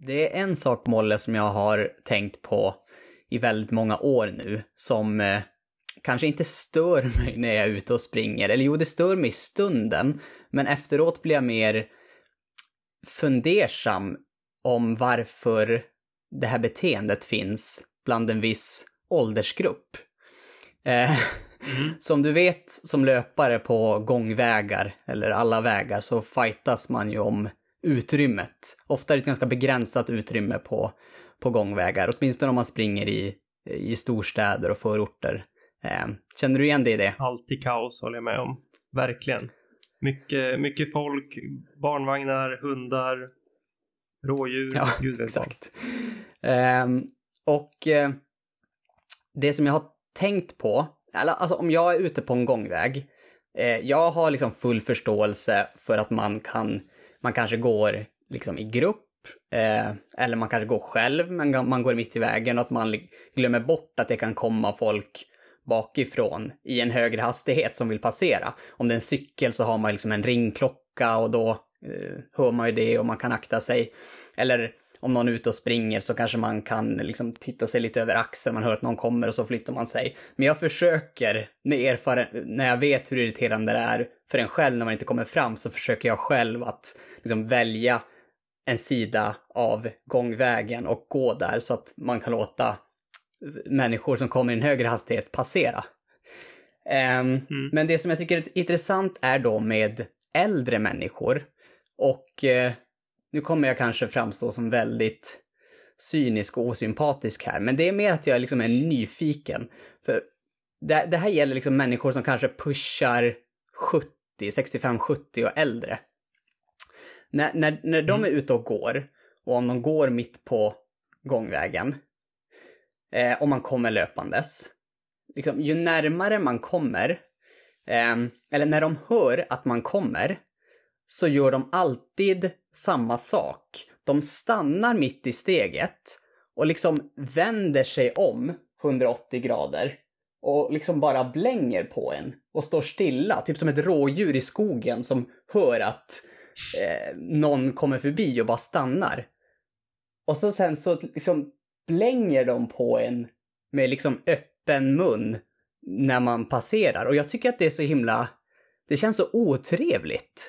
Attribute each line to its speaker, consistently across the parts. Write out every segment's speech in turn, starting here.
Speaker 1: Det är en sak, Molle, som jag har tänkt på i väldigt många år nu, som kanske inte stör mig när jag är ute och springer. Eller jo, det stör mig i stunden, men efteråt blir jag mer fundersam om varför det här beteendet finns bland en viss åldersgrupp. Som du vet, som löpare på gångvägar eller alla vägar så fightas man ju om utrymmet. Ofta är det ett ganska begränsat utrymme på gångvägar, åtminstone om man springer i storstäder och förorter. Känner du igen det i det?
Speaker 2: Alltid kaos, håller jag med om. Verkligen. Mycket folk, barnvagnar, hundar, rådjur.
Speaker 1: Ja, exakt. Det som jag har tänkt på, alltså om jag är ute på en gångväg, jag har liksom full förståelse för att man kanske går liksom i grupp, eller man kanske går själv, men man går mitt i vägen, och att man glömmer bort att det kan komma folk bakifrån i en högre hastighet som vill passera. Om det är en cykel så har man liksom en ringklocka, och då hör man ju det och man kan akta sig. Eller om någon är ute och springer så kanske man kan liksom titta sig lite över axeln, man hör att någon kommer och så flyttar man sig. Men jag försöker, när jag vet hur irriterande det är för en själv när man inte kommer fram, så försöker jag själv att liksom välja en sida av gångvägen och gå där så att man kan låta människor som kommer i en högre hastighet passera. Men det som jag tycker är intressant är då med äldre människor, och nu kommer jag kanske framstå som väldigt cynisk och osympatisk här, men det är mer att jag liksom är nyfiken. För det här gäller liksom människor som kanske pushar 65-70 och äldre. När de är ute och går, och om de går mitt på gångvägen, och man kommer löpandes, liksom, ju närmare man kommer, eller när de hör att man kommer, så gör de alltid samma sak. De stannar mitt i steget och liksom vänder sig om 180 grader och liksom bara blänger på en och står stilla, typ som ett rådjur i skogen som hör att någon kommer förbi och bara stannar. Och så sen så liksom blänger de på en med liksom öppen mun när man passerar. Och jag tycker att det är så himla, det känns så otrevligt.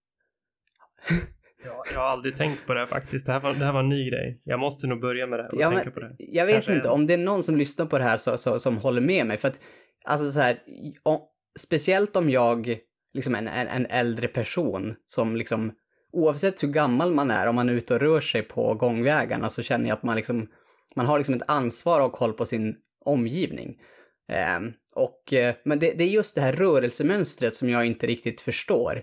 Speaker 2: Jag har aldrig tänkt på det här faktiskt. Det här var en ny grej. Jag måste nog börja med det här och tänka på det.
Speaker 1: Jag vet inte om det är någon som lyssnar på det här som håller med mig. För att, alltså så här, speciellt om jag liksom en äldre person som liksom, oavsett hur gammal man är, om man är ute och rör sig på gångvägarna, så känner jag att man har liksom ett ansvar och koll på sin omgivning. Men det är just det här rörelsemönstret som jag inte riktigt förstår.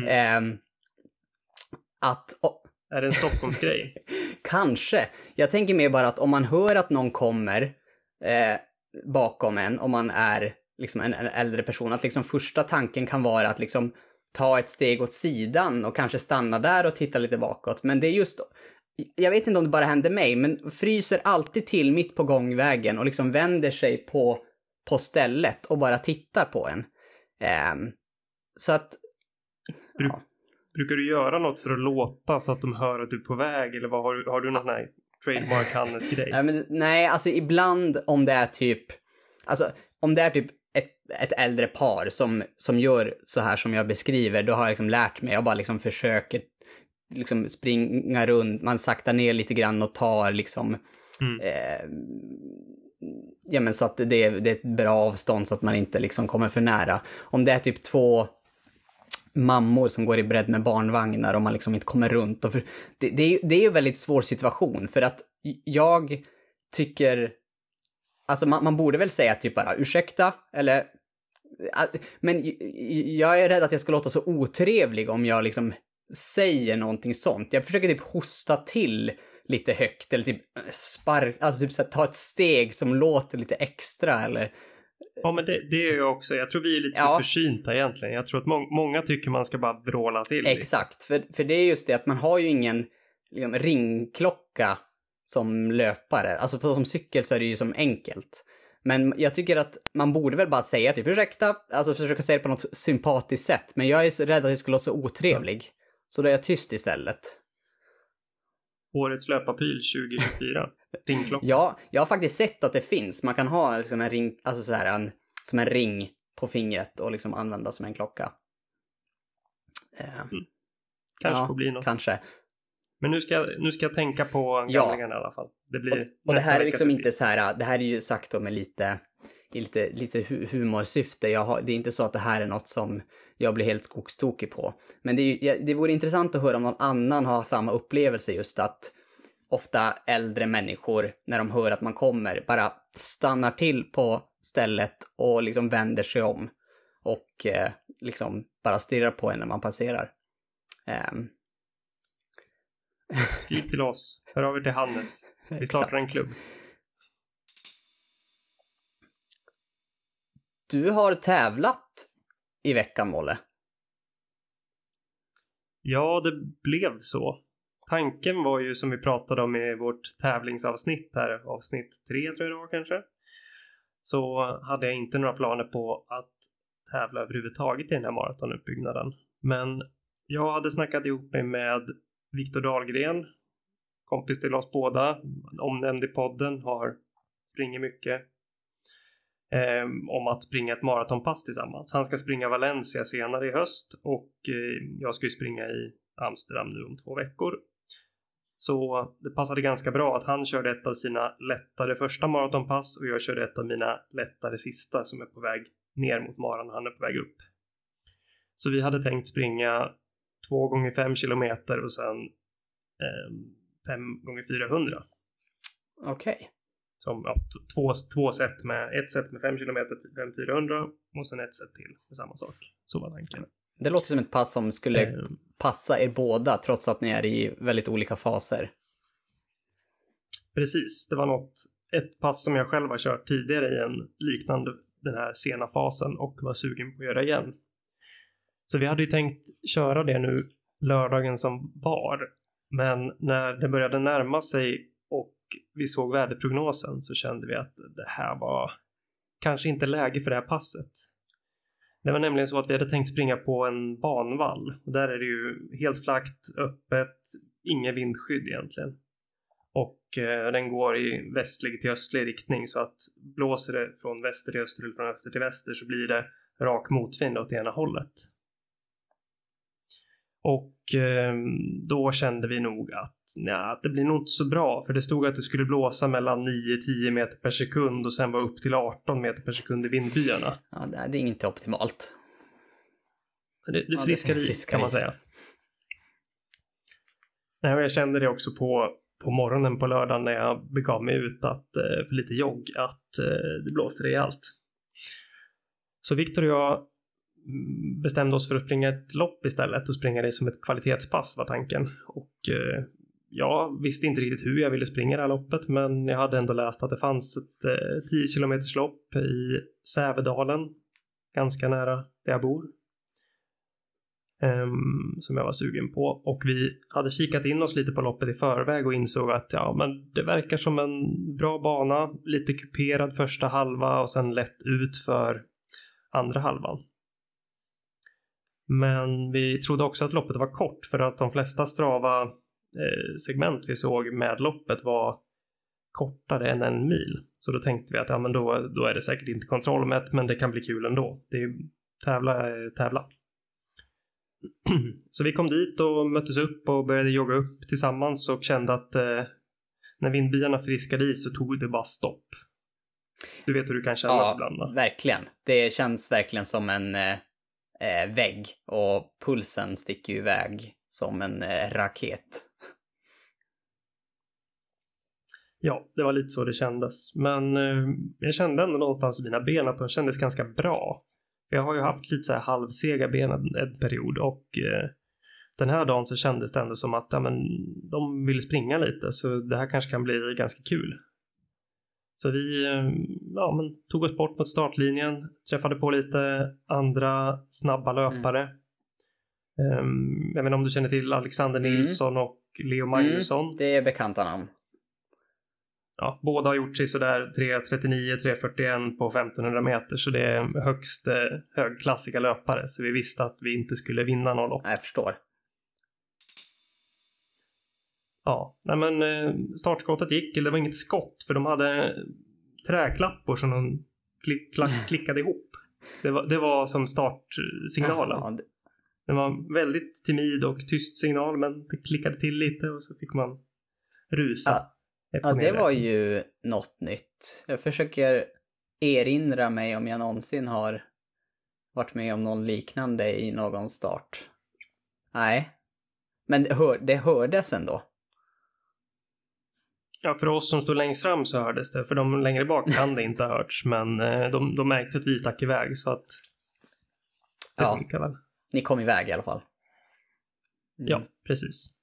Speaker 2: Är det en Stockholmsgrej?
Speaker 1: Kanske. Jag tänker mer bara att om man hör att någon kommer bakom en, om man är liksom en äldre person, att liksom första tanken kan vara att liksom ta ett steg åt sidan och kanske stanna där och titta lite bakåt. Men det är just, jag vet inte om det bara händer mig, men fryser alltid till mitt på gångvägen och liksom vänder sig på stället och bara tittar på en. Så att... Ja.
Speaker 2: Brukar du göra något för att låta så att de hör att du är på väg? Eller har du någon sån här trademark Hannes-grej?
Speaker 1: Nej, alltså ibland om det är typ ett äldre par som gör så här som jag beskriver, då har jag liksom lärt mig. Jag bara liksom försöker liksom springa runt, man saktar ner lite grann och tar liksom men så att det är ett bra avstånd så att man inte liksom kommer för nära. Om det är typ 2 mammor som går i bredd med barnvagnar och man liksom inte kommer runt. Och det är ju en väldigt svår situation, för att jag tycker, alltså man borde väl säga typ bara ursäkta, eller, men jag är rädd att jag ska låta så otrevlig om jag liksom säger någonting sånt. Jag försöker typ hosta till lite högt, eller typ alltså typ så här, ta ett steg som låter lite extra, eller...
Speaker 2: Ja, men det är jag också. Jag tror vi är lite för försynta egentligen. Jag tror att många tycker man ska bara vråla till.
Speaker 1: Exakt, för det är just det att man har ju ingen liksom, ringklocka som löpare. Alltså som cykel så är det ju som enkelt. Men jag tycker att man borde väl bara säga typ ursäkta, alltså försöka säga det på något sympatiskt sätt. Men jag är så rädd att det skulle vara så otrevlig. Så då är jag tyst istället.
Speaker 2: årets löparpryl 2024. Ringklocka.
Speaker 1: Ja, jag har faktiskt sett att det finns. Man kan ha liksom en ring, alltså så här som en ring på fingret och liksom använda som en klocka.
Speaker 2: Kanske får bli något.
Speaker 1: Kanske.
Speaker 2: Men nu ska jag tänka på gamlingarna i alla fall. Det blir
Speaker 1: och det här är liksom inte så här, det här är ju sagt då med lite humorsyfte. Det är inte så att det här är något som jag blir helt skogstokig på. Men det vore intressant att höra om någon annan har samma upplevelse, just att ofta äldre människor, när de hör att man kommer, bara stannar till på stället och liksom vänder sig om och liksom bara stirrar på en när man passerar.
Speaker 2: Skriv till oss. Hör av er till Hannes. Vi startar en klubb.
Speaker 1: Du har tävlat i veckan, Molle.
Speaker 2: Ja, det blev så. Tanken var ju, som vi pratade om i vårt tävlingsavsnitt här, avsnitt 3 tror jag det var kanske. Så hade jag inte några planer på att tävla överhuvudtaget i den här maratonuppbyggnaden. Men jag hade snackat ihop mig med Viktor Dahlgren, kompis till oss båda, omnämnd i podden, har springit mycket, om att springa ett maratonpass tillsammans. Han ska springa Valencia senare i höst och jag ska ju springa i Amsterdam nu om 2 veckor. Så det passade ganska bra att han körde ett av sina lättare första maratonpass och jag körde ett av mina lättare sista som är på väg ner mot maran och han är på väg upp. Så vi hade tänkt springa 2 gånger 5 kilometer och sen 5 gånger 400.
Speaker 1: Okej.
Speaker 2: Som två set med ett set med 5 kilometer till 5-400 och sen ett set till med samma sak. Så var tanken.
Speaker 1: Det låter som ett pass som skulle passa er båda trots att ni är i väldigt olika faser.
Speaker 2: Precis, det var ett pass som jag själv har kört tidigare i en liknande den här sena fasen och var sugen på att göra igen. Så vi hade ju tänkt köra det nu lördagen som var, men när det började närma sig och vi såg väderprognosen så kände vi att det här var kanske inte läge för det här passet. Det var nämligen så att vi hade tänkt springa på en banvall. Och där är det ju helt flackt, öppet, inget vindskydd egentligen. Och den går i västlig till östlig riktning så att blåser det från väster till öster eller från öster till väster så blir det rak motvind åt ena hållet. Och då kände vi nog att det blir nog inte så bra. För det stod att det skulle blåsa mellan 9-10 meter per sekund och sen var upp till 18 meter per sekund i vindbyarna.
Speaker 1: Ja, det är inte optimalt.
Speaker 2: Det friskar i kan man säga. Nej, jag kände det också på morgonen på lördagen när jag begav mig ut för lite jogg att det blåste rejält. Så Viktor och jag bestämde oss för att springa ett lopp istället och springa det som ett kvalitetspass var tanken. Och jag visste inte riktigt hur jag ville springa det här loppet, men jag hade ändå läst att det fanns ett 10 kilometers lopp i Sävedalen, ganska nära där jag bor, som jag var sugen på. Och vi hade kikat in oss lite på loppet i förväg och insåg att men det verkar som en bra bana, lite kuperad första halva och sen lätt ut för andra halvan. Men vi trodde också att loppet var kort för att de flesta Strava segment vi såg med loppet var kortare än 1 mil. Så då tänkte vi att men då är det säkert inte kontrollmätt, men det kan bli kul ändå. Det är ju tävla. Så vi kom dit och möttes upp och började jogga upp tillsammans och kände att när vindbyarna friskade i så tog det bara stopp. Du vet hur du kan känna ibland, va?
Speaker 1: Verkligen. Det känns verkligen som en vägg och pulsen sticker ju iväg som en raket.
Speaker 2: Ja, det var lite så det kändes. Men jag kände ändå någonstans i mina ben att de kändes ganska bra. Jag har ju haft lite så här halvsega ben en period och den här dagen så kändes det ändå som att de vill springa lite, så det här kanske kan bli ganska kul. Så vi tog oss bort mot startlinjen, träffade på lite andra snabba löpare. Jag vet inte om du känner till Alexander Nilsson och Leo Magnusson.
Speaker 1: Det är bekanta namn.
Speaker 2: Ja, båda har gjort sig sådär 3.39-3.41 på 1500 meter, så det är högst högklassiga löpare, så vi visste att vi inte skulle vinna någon lopp.
Speaker 1: Jag förstår.
Speaker 2: Ja, nej men startskottet gick, eller det var inget skott för de hade träklappor som de klickade ihop. Det var som startsignalen.
Speaker 1: Ja,
Speaker 2: Det var väldigt timid och tyst signal, men det klickade till lite och så fick man rusa.
Speaker 1: Ja, det var ju något nytt. Jag försöker erinra mig om jag någonsin har varit med om någon liknande i någon start. Nej, men det hördes ändå.
Speaker 2: Ja, för oss som stod längst fram så hördes det. För de längre bak kan det inte ha hörts. Men de märkte att vi stack iväg så att det funkar väl.
Speaker 1: Ni kom iväg i alla fall.
Speaker 2: Mm. Ja, precis.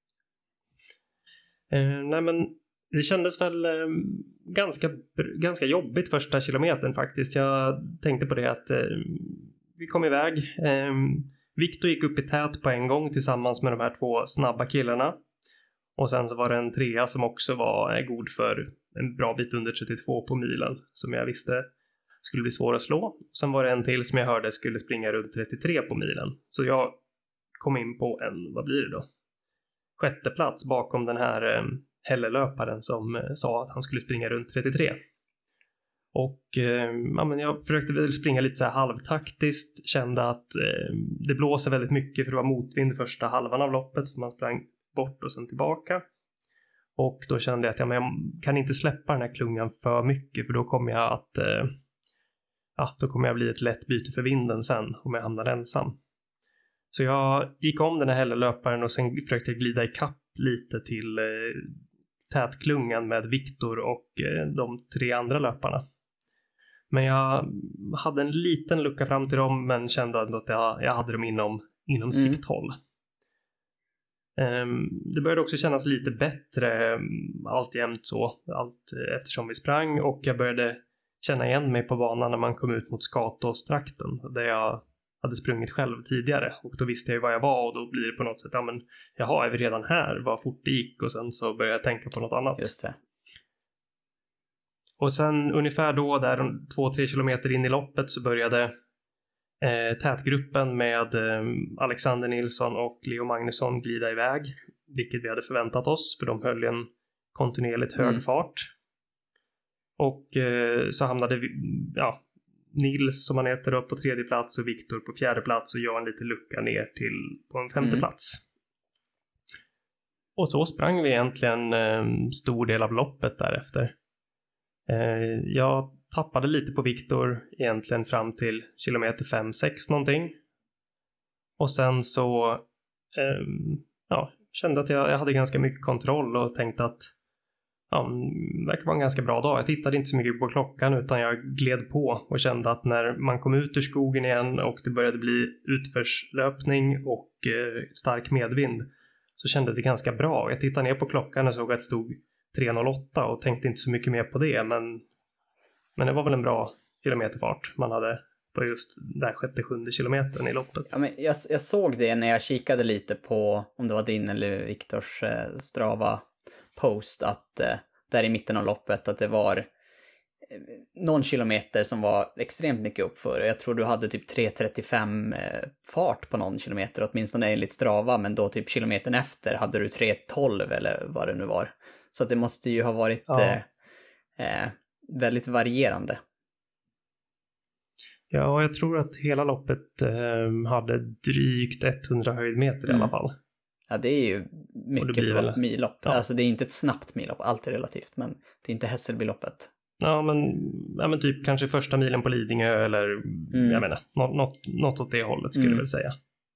Speaker 2: Nej men det kändes väl ganska jobbigt första kilometern faktiskt. Jag tänkte på det att vi kom iväg. Victor gick upp i tät på en gång tillsammans med de här 2 snabba killarna. Och sen så var det en 3 som också var god för en bra bit under 32 på milen. Som jag visste skulle bli svår att slå. Sen var det en till som jag hörde skulle springa runt 33 på milen. Så jag kom in på vad blir det då? 6:e plats bakom den här hellelöparen som sa att han skulle springa runt 33. Och men jag försökte väl springa lite så här halvtaktiskt. Kände att det blåser väldigt mycket för det var motvind första halvan av loppet. För man sprang bort och sen tillbaka. Och då kände jag att jag kan inte släppa den här klungan för mycket. För då kommer jag bli ett lätt byte för vinden sen om jag hamnar ensam. Så jag gick om den här hellelöparen och sen försökte jag glida i kapp lite till tätklungan med Victor och de 3 andra löparna. Men jag hade en liten lucka fram till dem men kände att jag hade dem inom sikthåll. Det började också kännas lite bättre alltjämt eftersom vi sprang och jag började känna igen mig på banan när man kom ut mot Skatåstrakten där jag hade sprungit själv tidigare och då visste jag ju var jag var och då blir det på något sätt, jaha, är vi redan här? Vad fort det gick och sen så började jag tänka på något annat.
Speaker 1: Just det.
Speaker 2: Och sen ungefär då där 2-3 kilometer in i loppet så började tätgruppen med Alexander Nilsson och Leo Magnusson glida iväg, vilket vi hade förväntat oss för de höll en kontinuerligt hög fart. Och så hamnade Nils som han heter upp på 3:e plats och Victor på 4:e plats och jag en liten lucka ner på en 5:e plats. Och så sprang vi egentligen stor del av loppet därefter. Jag tappade lite på Victor egentligen fram till kilometer 5-6 någonting. Och sen så kände att jag hade ganska mycket kontroll och tänkte att det verkar vara en ganska bra dag. Jag tittade inte så mycket på klockan utan jag gled på och kände att när man kom ut ur skogen igen och det började bli utförslöpning och stark medvind så kändes det ganska bra. Jag tittade ner på klockan och såg att det stod 3:08 och tänkte inte så mycket mer på det men det var väl en bra kilometerfart man hade på just där 6-7 kilometern i loppet.
Speaker 1: Ja, men jag såg det när jag kikade lite på om det var din eller Viktors Strava post att där i mitten av loppet att det var någon kilometer som var extremt mycket uppför. Jag tror du hade typ 3:35 fart på någon kilometer, åtminstone enligt Strava, men då typ kilometern efter hade du 3:12 eller vad det nu var. Så att det måste ju ha varit väldigt varierande.
Speaker 2: Ja, jag tror att hela loppet hade drygt 100 höjdmeter i alla fall.
Speaker 1: Ja, det är ju mycket för ett millopp. Ja. Alltså det är inte ett snabbt millopp, allt är relativt, men det är inte Hässelbyloppet.
Speaker 2: Ja, men typ kanske första milen på Lidingö eller jag menar, något åt det hållet skulle jag väl säga.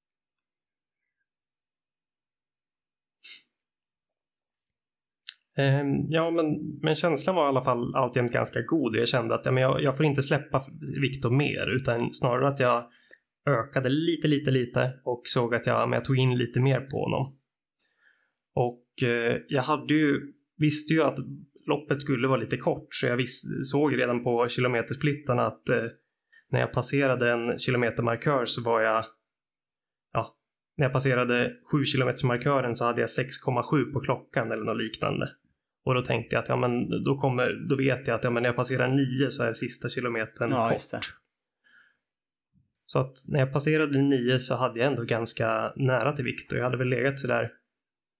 Speaker 2: Ja, men känslan var i alla fall alltjämt ganska god. Jag kände att jag får inte släppa Victor mer, utan snarare att jag ökade lite och såg att jag tog in lite mer på honom. Och jag visste ju att loppet skulle vara lite kort, så jag såg redan på kilometersplittarna att när jag passerade en kilometermarkör så var jag när jag passerade 7 kilometersmarkören så hade jag 6,7 på klockan eller något liknande. Och då tänkte jag att då vet jag att när jag passerar 9 så är sista kilometern kort. Just det. Så att när jag passerade 9 så hade jag ändå ganska nära till Victor. Jag hade väl legat sådär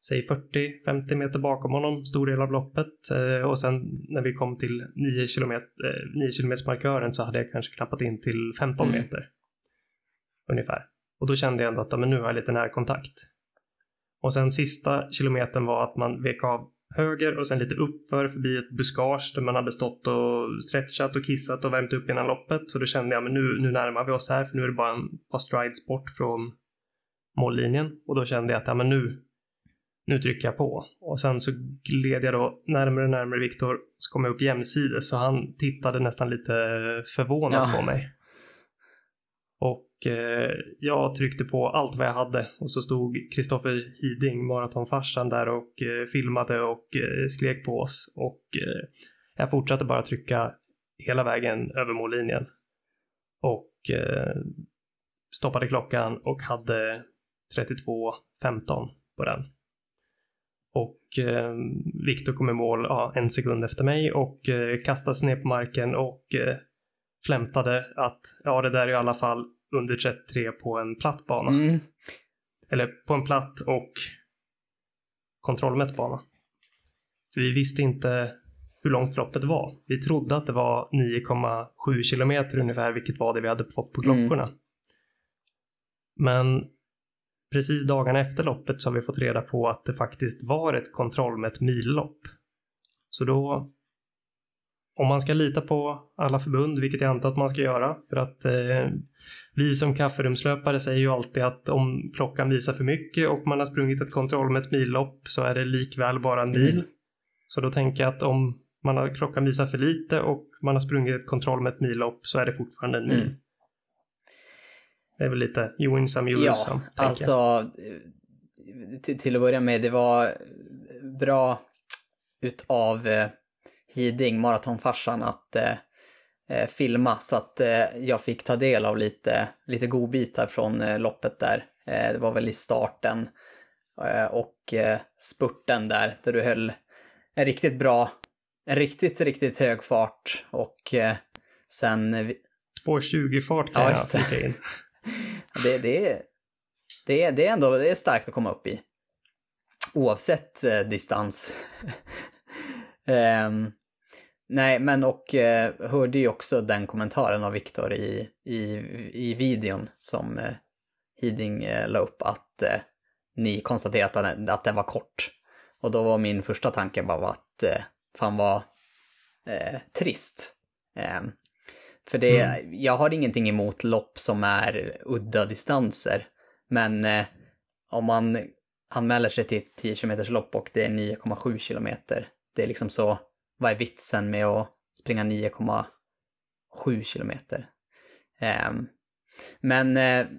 Speaker 2: säg 40-50 meter bakom honom, stor del av loppet. Och sen när vi kom till 9 kilometers markören så hade jag kanske knappat in till 15 meter. Ungefär. Och då kände jag ändå att men nu har jag lite närkontakt. Och sen sista kilometern var att man vek av höger och sen lite uppför förbi ett buskage där man hade stått och stretchat och kissat och värmt upp innan loppet. Så då kände jag men nu närmar vi oss här, för nu är det bara ett par strides bort från mållinjen. Och då kände jag att men nu trycker jag på. Och sen så gled jag då närmare Viktor, så kom jag upp jämsides, så han tittade nästan lite förvånad på mig. Och jag tryckte på allt vad jag hade, och så stod Kristoffer Hiding, maratonfarsan, där och filmade och skrek på oss. Och jag fortsatte bara trycka hela vägen över mållinjen. Och stoppade klockan och hade 32:15 på den. Och Viktor kom i mål en sekund efter mig och kastade sig ner på marken och flämtade att det där är i alla fall under 33 på en platt bana. Eller på en platt och kontrollmätt bana. För vi visste inte hur långt loppet var. Vi trodde att det var 9,7 kilometer ungefär, vilket var det vi hade fått på klockorna. Men precis dagarna efter loppet så har vi fått reda på att det faktiskt var ett kontrollmätt millopp. Så då, om man ska lita på alla förbund, vilket jag antar att man ska göra, för att vi som kafferumslöpare säger ju alltid att om klockan visar för mycket och man har sprungit ett kontrollmätt millopp så är det likväl bara en mil. Så då tänker jag att om klockan visar för lite och man har sprungit ett kontrollmätt millopp så är det fortfarande en mil. Det är väl lite you win some, you lose some.
Speaker 1: Ja, alltså till att börja med, det var bra utav Hiding, maratonfarsan, att filma, så att jag fick ta del av lite godbitar från loppet där. Det var väl i starten och spurten där du höll en riktigt bra, en riktigt hög fart, och sen
Speaker 2: 2:20 fart kan jag flika in.
Speaker 1: Det är ändå, det är starkt att komma upp i, oavsett distans. Nej, men och hörde ju också den kommentaren av Viktor i videon som Hiding la upp, att ni konstaterat att den var kort. Och då var min första tanke bara att fan var trist. För det, jag har ingenting emot lopp som är udda distanser. Men om man anmäler sig till ett 10 km lopp och det är 9,7 kilometer, det är liksom så, vad är vitsen med att springa 9,7 kilometer? Men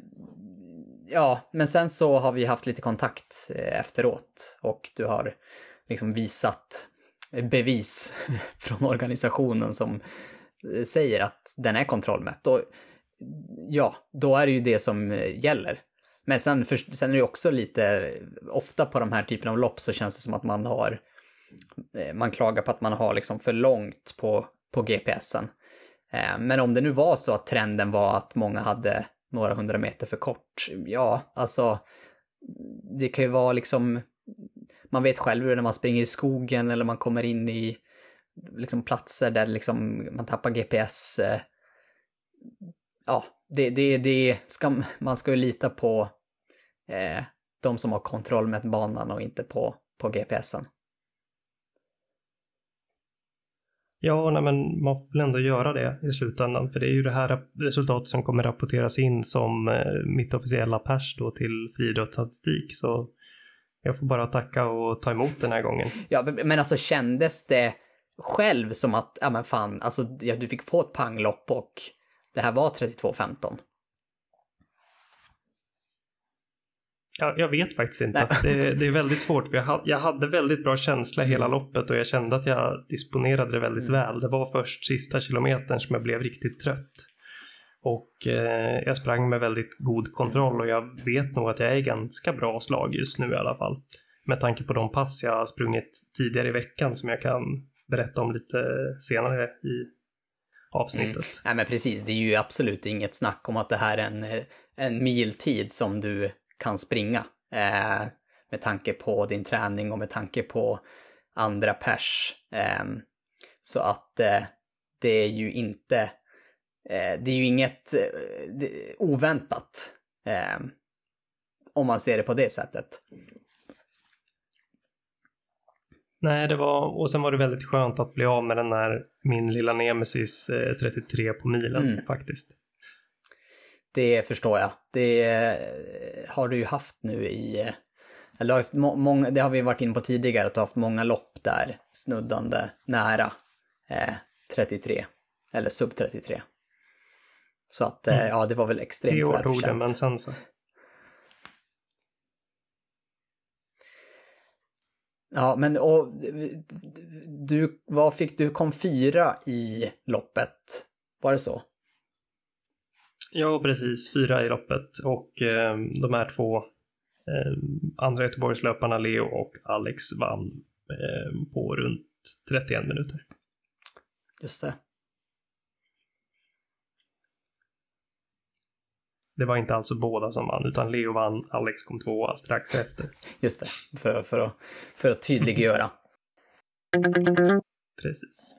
Speaker 1: men sen så har vi haft lite kontakt efteråt, och du har liksom visat bevis från organisationen som säger att den är kontrollmätt. Och ja, då är det ju det som gäller. Men sen är det också lite, ofta på de här typen av lopp så känns det som att man klagar på att man har liksom för långt på GPSen. Men om det nu var så att trenden var att många hade några 100 meter för kort, ja, alltså det kan ju vara liksom, man vet själv hur när man springer i skogen eller man kommer in i liksom platser där liksom man tappar GPS. Ja, man ska ju lita på de som har kontroll med banan och inte på GPSen.
Speaker 2: Ja, men man får väl ändå göra det i slutändan, för det är ju det här resultatet som kommer rapporteras in som mitt officiella pers då till friidrottsstatistik, så jag får bara tacka och ta emot den här gången. Ja,
Speaker 1: men alltså kändes det själv som att, ja men fan, alltså du fick på ett panglopp och det här var 32:15?
Speaker 2: Ja, jag vet faktiskt inte. Det är väldigt svårt, för jag hade väldigt bra känsla hela loppet och jag kände att jag disponerade det väldigt väl. Det var först sista kilometern som jag blev riktigt trött. Och jag sprang med väldigt god kontroll, och jag vet nog att jag är ganska bra slag just nu i alla fall. Med tanke på de pass jag har sprungit tidigare i veckan som jag kan berätta om lite senare i avsnittet.
Speaker 1: Nej men precis, det är ju absolut inget snack om att det här är en miltid som du kan springa. med tanke på din träning och med tanke på andra pers. Så att det är ju inte, det är ju inget oväntat om man ser det på det sättet.
Speaker 2: Nej, och sen var det väldigt skönt att bli av med den här min lilla Nemesis 33 på milen faktiskt.
Speaker 1: Det förstår jag. Det har du ju haft nu eller det har vi varit inne på tidigare, att du har haft många lopp där snuddande nära 33 eller sub 33. Så att ja, det var väl extremt välförtjänt.
Speaker 2: Men sen så.
Speaker 1: Ja, men du kom 4 i loppet, var det så?
Speaker 2: Ja, precis. 4 i loppet och de här 2 andra Göteborgslöparna, Leo och Alex, vann på runt 31 minuter.
Speaker 1: Just det.
Speaker 2: Det var inte alltså båda som vann, utan Leo vann, Alex kom 2 strax efter.
Speaker 1: Just det, för att tydliggöra.
Speaker 2: Precis.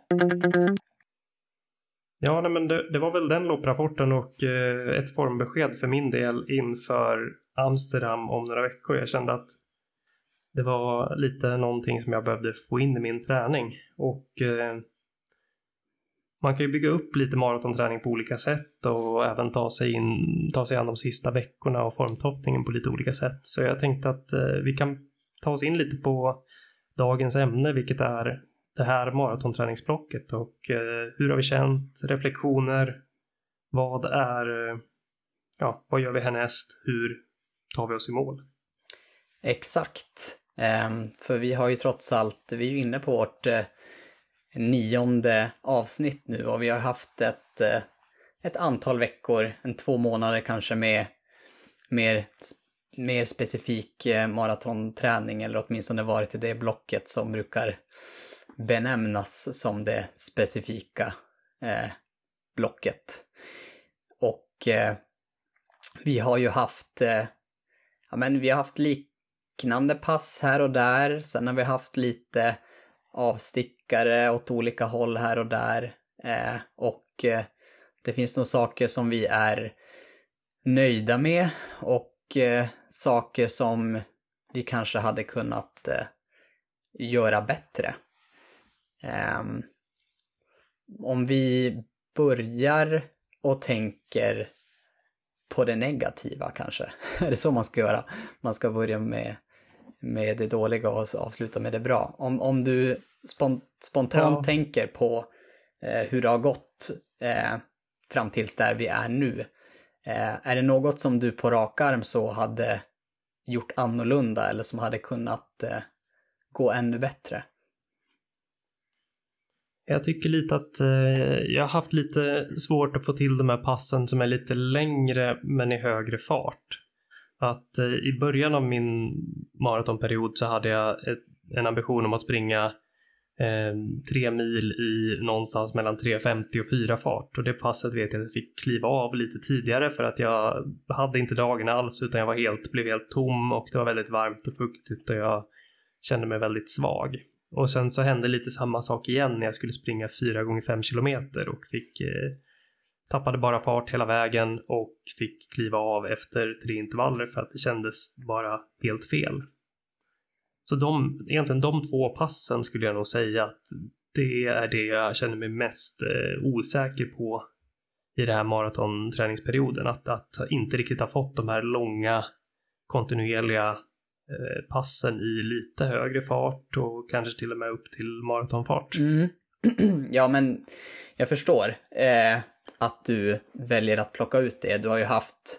Speaker 2: Ja, nej, men det var väl den lopprapporten och ett formbesked för min del inför Amsterdam om några veckor. Jag kände att det var lite någonting som jag behövde få in i min träning. Och man kan ju bygga upp lite maratonträning på olika sätt och även ta sig an de sista veckorna och formtoppningen på lite olika sätt. Så jag tänkte att vi kan ta oss in lite på dagens ämne, vilket är det här maratonträningsblocket och hur har vi känt, reflektioner, vad gör vi härnäst, hur tar vi oss i mål?
Speaker 1: Exakt, för vi har ju trots allt, vi är ju inne på vårt 9:e avsnitt nu och vi har haft ett antal veckor, 2 månader kanske med mer specifik maratonträning, eller åtminstone varit i det blocket som brukar benämnas som det specifika blocket. Och vi har ju haft vi har haft liknande pass här och där. Sen har vi haft lite avstickare åt olika håll här och där. Och det finns nog saker som vi är nöjda med och saker som vi kanske hade kunnat göra bättre. Om vi börjar och tänker på det negativa kanske. Är det så man ska göra? Man ska börja med det dåliga och avsluta med det bra. Om du spontant tänker på hur det har gått fram tills där vi är nu. Är det något som du på rak arm så hade gjort annorlunda eller som hade kunnat gå ännu bättre?
Speaker 2: Jag tycker lite att jag har haft lite svårt att få till de här passen som är lite längre men i högre fart. Att i början av min maratonperiod så hade jag en ambition om att springa 3 mil i någonstans mellan 3:50 och 4 fart. Och det passet vet jag att jag fick kliva av lite tidigare för att jag hade inte dagen alls utan jag blev helt tom och det var väldigt varmt och fuktigt och jag kände mig väldigt svag. Och sen så hände lite samma sak igen när jag skulle springa 4x5 kilometer och tappade bara fart hela vägen och fick kliva av efter 3 intervaller för att det kändes bara helt fel. Så egentligen de 2 passen skulle jag nog säga att det är det jag känner mig mest osäker på i den här maratonträningsperioden. Att inte riktigt ha fått de här långa kontinuerliga passen i lite högre fart och kanske till och med upp till maratonfart.
Speaker 1: Ja, men jag förstår att du väljer att plocka ut det. Du har ju haft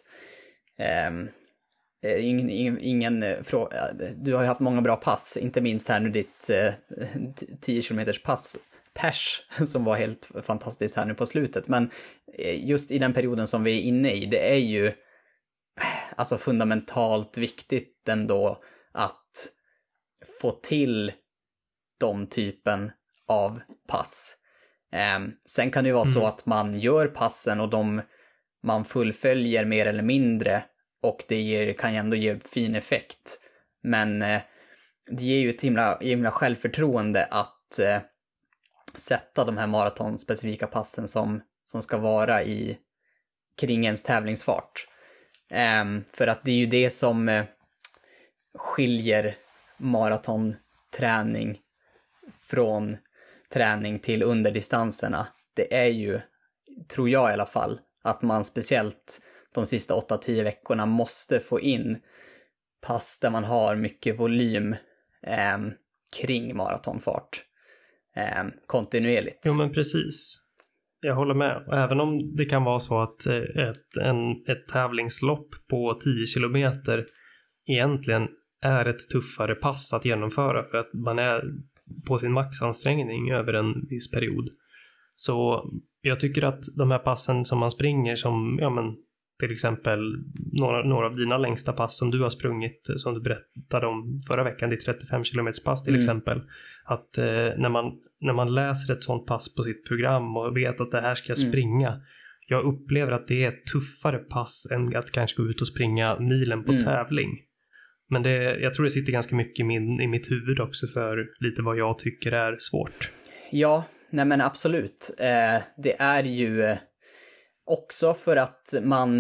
Speaker 1: du har ju haft många bra pass, inte minst här nu ditt 10 kilometers pers som var helt fantastiskt här nu på slutet. Men just i den perioden som vi är inne i, det är ju alltså fundamentalt viktigt ändå att få till de typen av pass. Sen kan det ju vara så att man gör passen och man fullföljer mer eller mindre och det kan ju ändå ge fin effekt. Men det ger ju ett himla självförtroende att sätta de här maratonspecifika passen som ska vara kring ens tävlingsfart. För att det är ju det som skiljer maratonträning från träning till underdistanserna. Det är ju, tror jag i alla fall, att man speciellt de sista 8-10 veckorna måste få in pass där man har mycket volym kring maratonfart kontinuerligt.
Speaker 2: Jo, men precis. Jag håller med. Och även om det kan vara så att ett tävlingslopp på 10 kilometer egentligen är ett tuffare pass att genomföra för att man är på sin maxansträngning över en viss period. Så jag tycker att de här passen som man springer som, ja men till exempel några av dina längsta pass som du har sprungit, som du berättade om förra veckan, ditt 35 km pass till exempel, att när man läser ett sånt pass på sitt program och vet att det här ska jag springa, jag upplever att det är ett tuffare pass än att kanske gå ut och springa milen på tävling. Men jag tror det sitter ganska mycket i mitt huvud också för lite vad jag tycker är svårt.
Speaker 1: Ja, nej men absolut. Det är ju också för att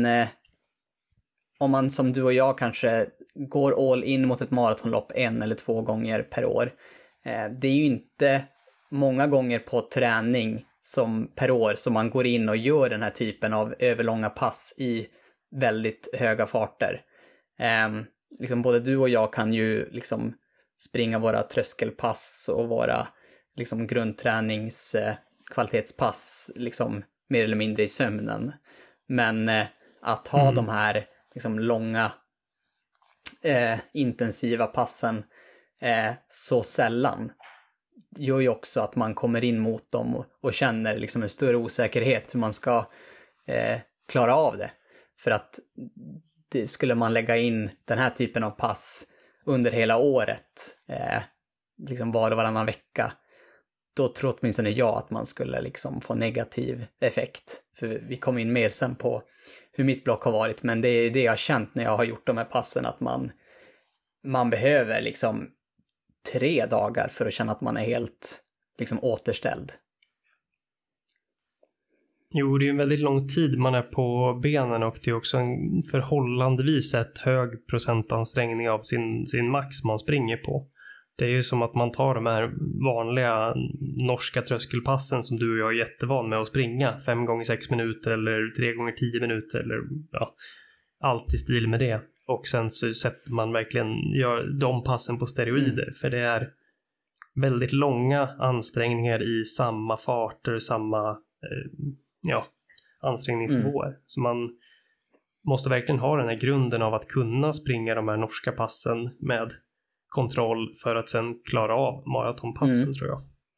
Speaker 1: om man som du och jag kanske går all in mot ett maratonlopp 1 eller 2 gånger per år. Det är ju inte många gånger på träning per år som man går in och gör den här typen av överlånga pass i väldigt höga farter. Liksom både du och jag kan ju liksom springa våra tröskelpass och våra liksom grundträningskvalitetspass liksom mer eller mindre i sömnen. Men att ha de här liksom långa intensiva passen så sällan gör ju också att man kommer in mot dem och känner liksom en större osäkerhet hur man ska klara av det. För att skulle man lägga in den här typen av pass under hela året, liksom var och varannan vecka, då tror åtminstone jag att man skulle liksom få negativ effekt. För vi kommer in mer sen på hur mitt block har varit, men det är det jag har känt när jag har gjort de här passen, att man behöver liksom 3 dagar för att känna att man är helt liksom återställd.
Speaker 2: Jo, det är ju en väldigt lång tid man är på benen och det är också en förhållandevis ett hög procentansträngning av sin max man springer på. Det är ju som att man tar de här vanliga norska tröskelpassen som du och jag är jättevan med att springa 5 gånger 6 minuter eller 3 gånger 10 minuter eller ja, allt i stil med det. Och sen så sätter man verkligen de passen på steroider för det är väldigt långa ansträngningar i samma farter, samma ansträngningsnivåer. Så man måste verkligen ha den här grunden av att kunna springa de här norska passen med kontroll för att sen klara av maratonpassen, tror jag.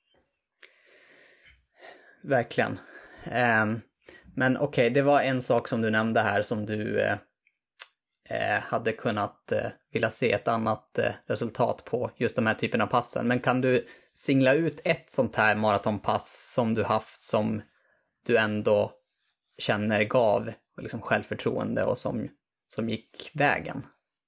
Speaker 1: Verkligen. Men okej, det var en sak som du nämnde här som du hade kunnat vilja se ett annat resultat på just de här typerna av passen. Men kan du singla ut ett sånt här maratonpass som du haft som du ändå känner gav liksom självförtroende och som gick vägen?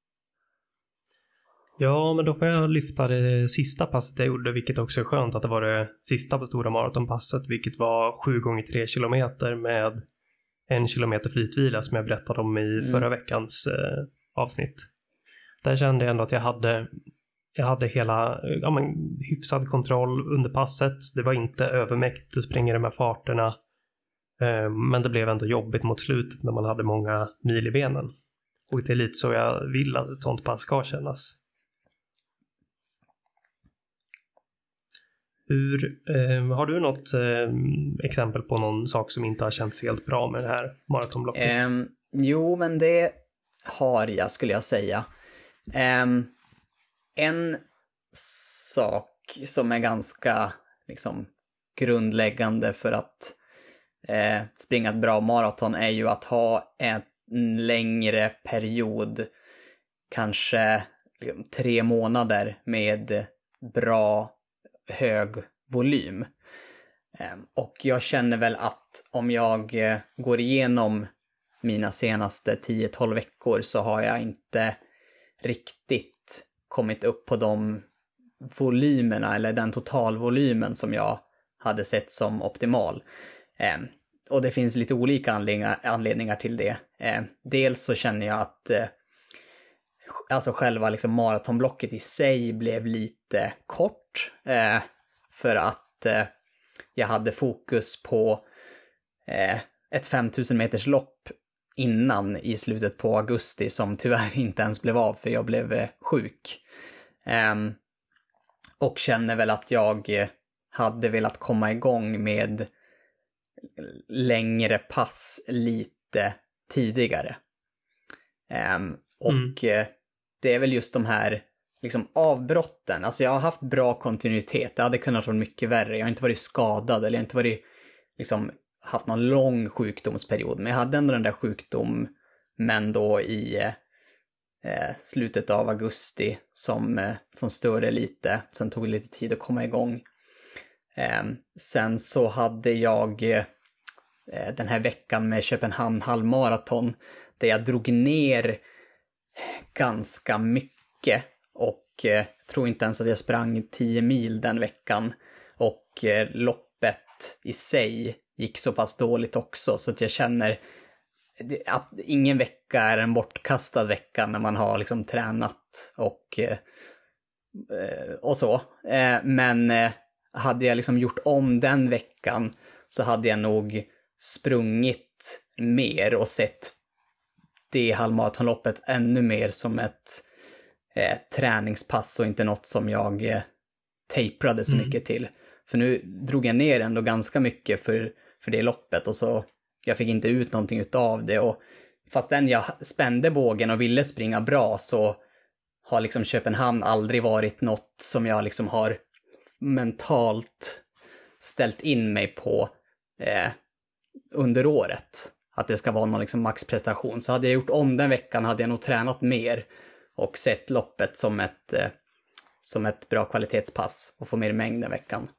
Speaker 2: Ja, men då får jag lyfta det sista passet jag gjorde, vilket också är skönt att det var det sista på stora maratonpasset, vilket var 7 gånger 3 kilometer med 1 kilometer flytvila som jag berättade om i förra veckans avsnitt. Där kände jag ändå att jag hade hela hyfsad kontroll under passet. Det var inte övermäktigt att springa de här farterna, men det blev ändå jobbigt mot slutet när man hade många mil i benen. Och det är lite så jag vill att ett sånt pass ska kännas. Har du något exempel på någon sak som inte har känts helt bra med det här maratonblocket?
Speaker 1: Jo, men det har jag, skulle jag säga. En sak som är ganska liksom grundläggande för att springa ett bra maraton är ju att ha en längre period, kanske 3 månader med bra hög volym. Och jag känner väl att om jag går igenom mina senaste 10-12 veckor så har jag inte riktigt kommit upp på de volymerna eller den totalvolymen som jag hade sett som optimal. Och det finns lite olika anledningar till det. Dels så känner jag att alltså själva liksom maratonblocket i sig blev lite kort. För att jag hade fokus på ett 5000 meters lopp innan i slutet på augusti som tyvärr inte ens blev av för jag blev sjuk. Och känner väl att jag hade velat komma igång med längre pass lite tidigare. Det är väl just de här liksom avbrotten. Alltså jag har haft bra kontinuitet. Det hade kunnat vara mycket värre. Jag har inte varit skadad eller jag har inte varit liksom haft någon lång sjukdomsperiod. Men jag hade ändå den där sjukdomen då i slutet av augusti som störde lite. Sen tog det lite tid att komma igång. Sen så hade jag den här veckan med Köpenhamn halvmaraton där jag drog ner ganska mycket och tror inte ens att jag sprang 10 mil den veckan och loppet i sig gick så pass dåligt också så att jag känner att ingen vecka är en bortkastad vecka när man har liksom tränat och så. Men hade jag liksom gjort om den veckan så hade jag nog sprungit mer och sett det halvmaratonloppet ännu mer som ett träningspass och inte något som jag tejprade så mycket till. För nu drog jag ner ändå ganska mycket för det loppet och så jag fick inte ut någonting utav det och fastän jag spände bågen och ville springa bra så har liksom Köpenhamn aldrig varit något som jag liksom har mentalt ställt in mig på under året. Att det ska vara någon liksom maxprestation. Så hade jag gjort om den veckan hade jag nog tränat mer och sett loppet som ett bra kvalitetspass och få mer mängd den veckan.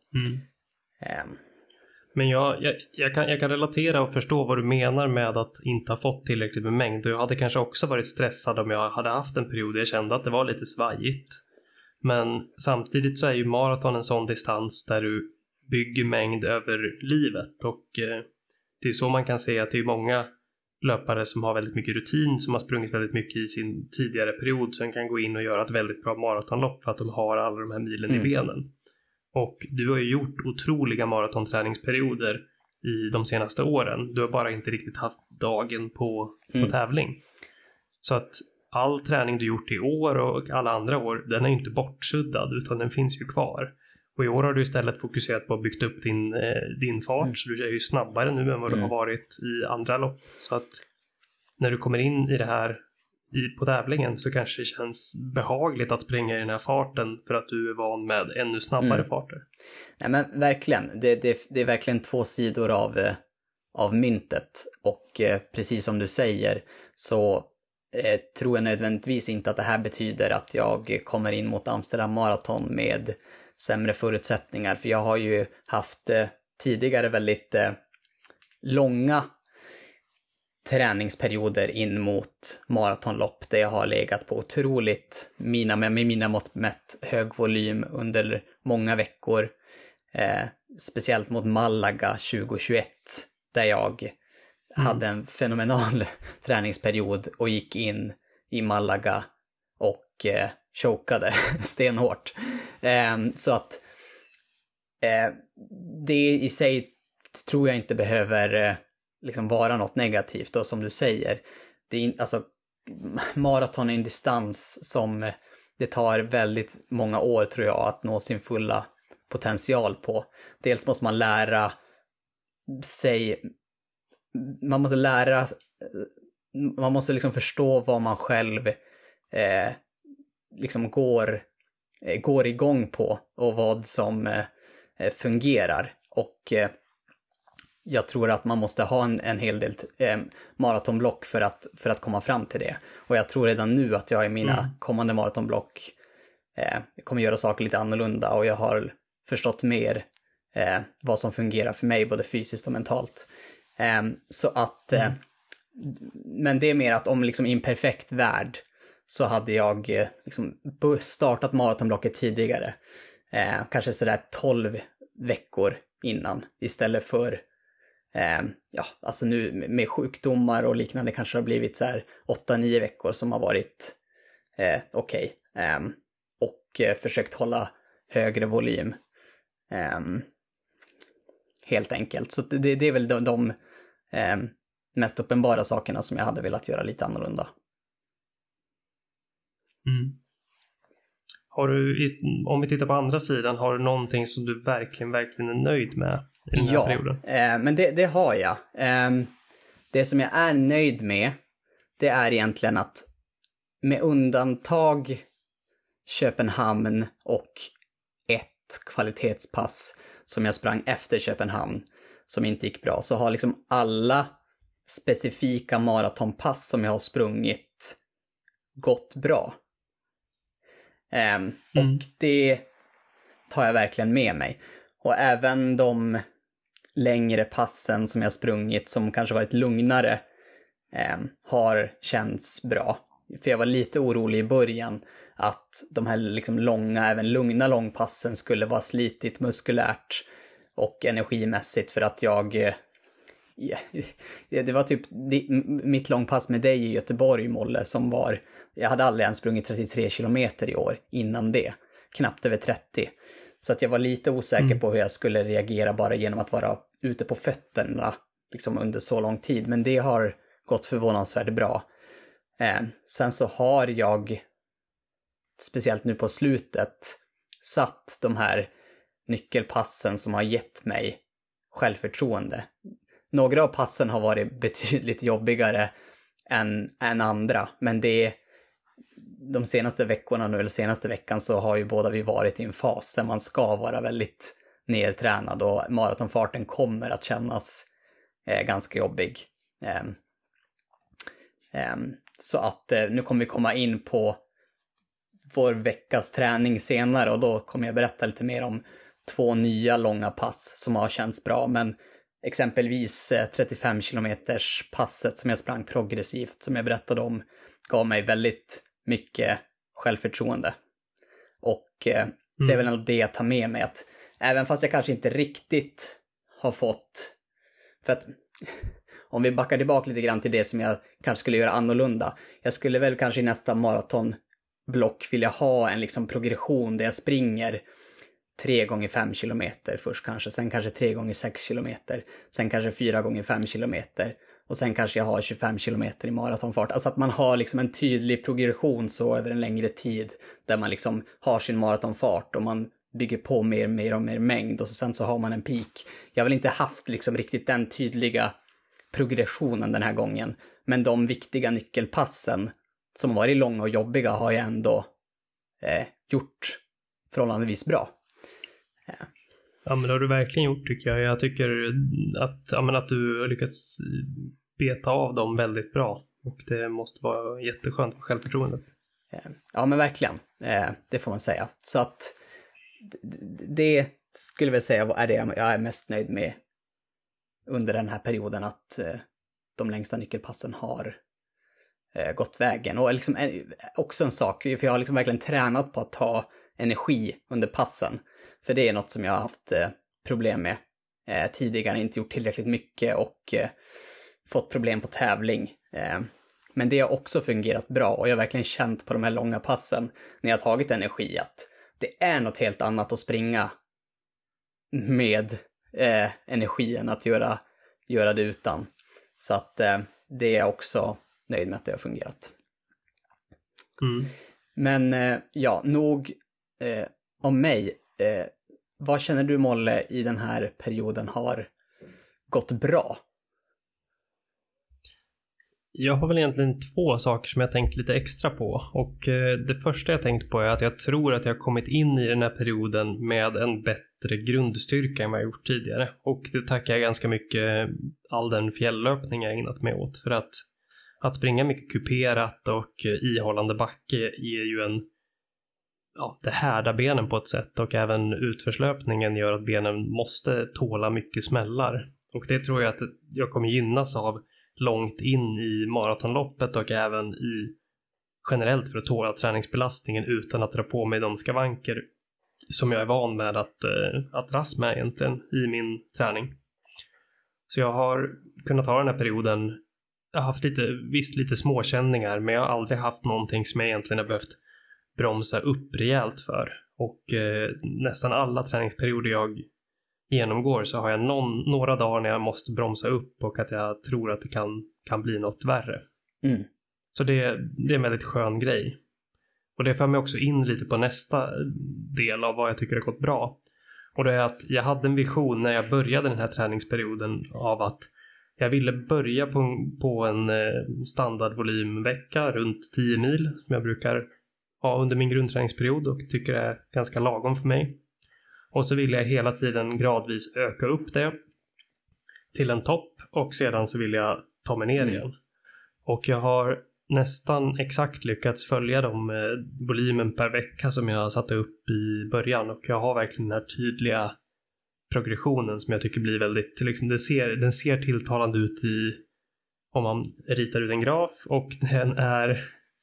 Speaker 2: Men jag kan relatera och förstå vad du menar med att inte ha fått tillräckligt med mängd. Och jag hade kanske också varit stressad om jag hade haft en period där jag kände att det var lite svajigt. Men samtidigt så är ju maraton en sån distans där du bygger mängd över livet och det är så man kan se att det är många löpare som har väldigt mycket rutin, som har sprungit väldigt mycket i sin tidigare period, som kan gå in och göra ett väldigt bra maratonlopp för att de har alla de här milen i benen. Och du har ju gjort otroliga maratonträningsperioder i de senaste åren. Du har bara inte riktigt haft dagen på tävling. Så att all träning du gjort i år och alla andra år, den är ju inte bortsuddad utan den finns ju kvar. Och i år har du istället fokuserat på att bygga upp din fart, så du är ju snabbare nu än vad du har varit i andra lopp. Så att när du kommer in i det här på tävlingen så kanske det känns behagligt att springa i den här farten för att du är van med ännu snabbare farter. Nej
Speaker 1: men verkligen, det är verkligen två sidor av myntet. Och precis som du säger så tror jag nödvändigtvis inte att det här betyder att jag kommer in mot Amsterdam Marathon med sämre förutsättningar. För jag har ju haft tidigare väldigt långa träningsperioder in mot maratonlopp där jag har legat på otroligt med mina mått mätt hög volym under många veckor. Speciellt mot Malaga 2021 där jag hade en fenomenal träningsperiod och gick in i Malaga och chokade stenhårt. Så att det i sig tror jag inte behöver liksom vara något negativt. Och som du säger, det är, alltså, maraton är en distans som det tar väldigt många år tror jag att nå sin fulla potential på. Dels måste man lära sig, man måste liksom förstå vad man själv liksom går igång på och vad som fungerar. Och jag tror att man måste ha en hel del maratonblock för att komma fram till det. Och jag tror redan nu att jag i mina kommande maratonblock kommer göra saker lite annorlunda och jag har förstått mer vad som fungerar för mig både fysiskt och mentalt. Så att men det är mer att om liksom i en perfekt värld så hade jag liksom startat maratonblocket tidigare. Kanske sådär 12 veckor innan istället för alltså nu med sjukdomar och liknande kanske det har blivit så här 8-9 veckor som har varit okej. Och försökt hålla högre volym. Helt enkelt. Så det är väl de mest uppenbara sakerna som jag hade velat göra lite annorlunda.
Speaker 2: Mm. Har du, om vi tittar på andra sidan, har du någonting som du verkligen är nöjd med i den här perioden?
Speaker 1: Men det har jag. Det som jag är nöjd med, det är egentligen att med undantag Köpenhamn och ett kvalitetspass som jag sprang efter Köpenhamn som inte gick bra, så har liksom alla specifika maratonpass som jag har sprungit gått bra. Och det tar jag verkligen med mig. Och även de längre passen som jag sprungit som kanske varit lugnare har känts bra. För jag var lite orolig i början att de här liksom långa, även lugna långpassen skulle vara slitigt muskulärt och energimässigt, för att det var typ mitt långpass med dig i Göteborg, Molle, som var, jag hade aldrig ens sprungit 33 kilometer i år innan det, knappt över 30. Så att jag var lite osäker på hur jag skulle reagera bara genom att vara ute på fötterna liksom under så lång tid, men det har gått förvånansvärt bra. Sen så har jag, speciellt nu på slutet, satt de här nyckelpassen som har gett mig självförtroende. Några av passen har varit betydligt jobbigare än andra, men de senaste veckorna nu, eller senaste veckan, så har ju båda vi varit i en fas där man ska vara väldigt nedtränad och maratonfarten kommer att kännas ganska jobbig. Så att nu kommer vi komma in på vår veckas träning senare, och då kommer jag berätta lite mer om 2 nya långa pass som har känts bra, men exempelvis 35 kilometers passet som jag sprang progressivt, som jag berättade om, gav mig väldigt mycket självförtroende. Och det är väl ändå det jag tar med mig, att även fast jag kanske inte riktigt har fått, för att om vi backar tillbaka lite grann till det som jag kanske skulle göra annorlunda, jag skulle väl kanske i nästa maratonblock vilja ha en liksom progression där jag springer 3 gånger 5 kilometer först kanske, sen kanske 3 gånger 6 kilometer, sen kanske 4 gånger 5 kilometer, och sen kanske jag har 25 kilometer i maratonfart. Alltså att man har liksom en tydlig progression så över en längre tid, där man liksom har sin maratonfart och man bygger på mer och mer mängd, och sen så har man en peak. Jag har väl inte haft liksom riktigt den tydliga progressionen den här gången, men de viktiga nyckelpassen som har varit långa och jobbiga har jag ändå gjort förhållandevis bra.
Speaker 2: Ja, men det har du verkligen gjort, tycker jag. Jag tycker att du har lyckats beta av dem väldigt bra, och det måste vara jätteskönt för självförtroendet.
Speaker 1: Ja, men verkligen. Det får man säga. Så att det skulle jag säga är det jag är mest nöjd med under den här perioden, att de längsta nyckelpassen har gått vägen. Och liksom också en sak, för jag har liksom verkligen tränat på att ta energi under passen. För det är något som jag har haft problem med tidigare, inte gjort tillräckligt mycket och fått problem på tävling. Men det har också fungerat bra, och jag har verkligen känt på de här långa passen när jag har tagit energi att det är något helt annat att springa med energin att göra det utan. Så att det är jag också nöjd med att det har fungerat. Men ja, nog om mig. Vad känner du, Molle, i den här perioden har gått bra?
Speaker 2: Jag har väl egentligen 2 saker som jag tänkt lite extra på. Och det första jag tänkt på är att jag tror att jag har kommit in i den här perioden med en bättre grundstyrka än vad jag gjort tidigare. Och det tackar jag ganska mycket all den fjälllöpning jag ägnat mig åt. För att springa mycket kuperat och ihållande backe är ju det härdar benen på ett sätt, och även utförslöpningen gör att benen måste tåla mycket smällar. Och det tror jag att jag kommer gynnas av långt in i maratonloppet och även i generellt för att tåla träningsbelastningen utan att dra på mig de skavanker som jag är van med att dras med egentligen i min träning. Så jag har kunnat ha den här perioden, jag har haft lite småkänningar, men jag har aldrig haft någonting som jag egentligen har behövt bromsa upp rejält för. Och nästan alla träningsperioder jag genomgår så har jag några dagar när jag måste bromsa upp och att jag tror att det kan bli något värre. Så det är en väldigt skön grej. Och det för mig också in lite på nästa del av vad jag tycker har gått bra. Och det är att jag hade en vision när jag började den här träningsperioden av att jag ville börja på en standardvolymvecka runt 10 mil som jag brukar ha under min grundträningsperiod och tycker är ganska lagom för mig. Och så ville jag hela tiden gradvis öka upp det till en topp och sedan så vill jag ta mig ner igen. Och jag har nästan exakt lyckats följa de volymen per vecka som jag satte upp i början, och jag har verkligen den här tydliga progressionen som jag tycker blir väldigt, liksom, den ser tilltalande ut om man ritar ut en graf, och den är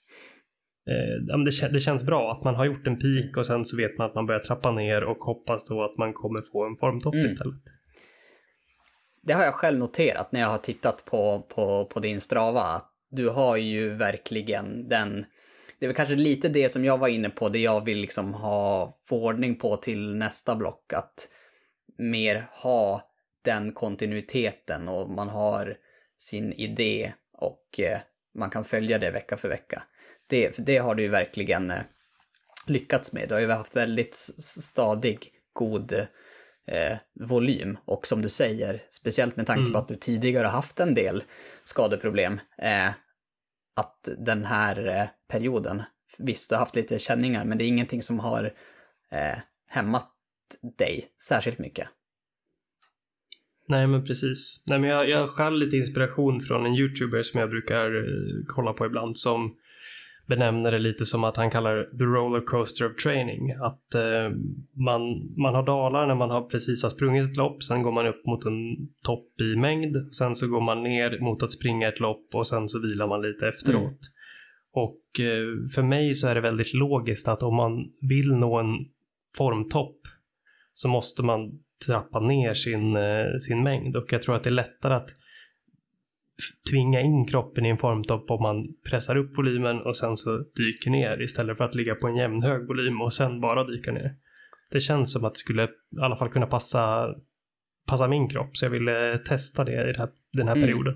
Speaker 2: det känns bra att man har gjort en peak och sen så vet man att man börjar trappa ner och hoppas då att man kommer få en formtopp istället.
Speaker 1: Det har jag själv noterat när jag har tittat på din Strava, att du har ju verkligen den, det är väl kanske lite det som jag var inne på, det jag vill liksom få ordning på till nästa block, att mer ha den kontinuiteten och man har sin idé och man kan följa det vecka för vecka. Det har du ju verkligen lyckats med. Du har ju haft väldigt stadig, god volym, och som du säger, speciellt med tanke på att du tidigare har haft en del skadeproblem, att den här perioden, visst du har haft lite känningar, men det är ingenting som har hämmat dig särskilt mycket.
Speaker 2: Nej, men precis. Nej, men jag har själv lite inspiration från en YouTuber som jag brukar kolla på ibland, som benämner det lite som att han kallar the roller coaster of training. Att man har dalar när man har precis har sprungit ett lopp, sen går man upp mot en topp i mängd, sen så går man ner mot att springa ett lopp och sen så vilar man lite efteråt. Och för mig så är det väldigt logiskt att om man vill nå en formtopp så måste man trappa ner sin mängd, och jag tror att det är lättare att tvinga in kroppen i en formtopp om man pressar upp volymen och sen så dyker ner, istället för att ligga på en jämn hög volym och sen bara dyka ner. Det känns som att det skulle i alla fall kunna passa min kropp, så jag ville testa det i den här perioden.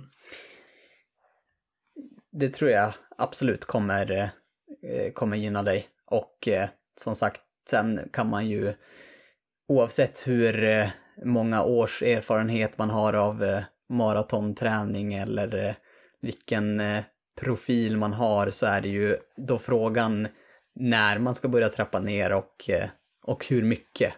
Speaker 1: Det tror jag absolut kommer gynna dig, och som sagt, sen kan man ju, oavsett hur många års erfarenhet man har av maratonträning eller vilken profil man har, så är det ju då frågan när man ska börja trappa ner och hur mycket.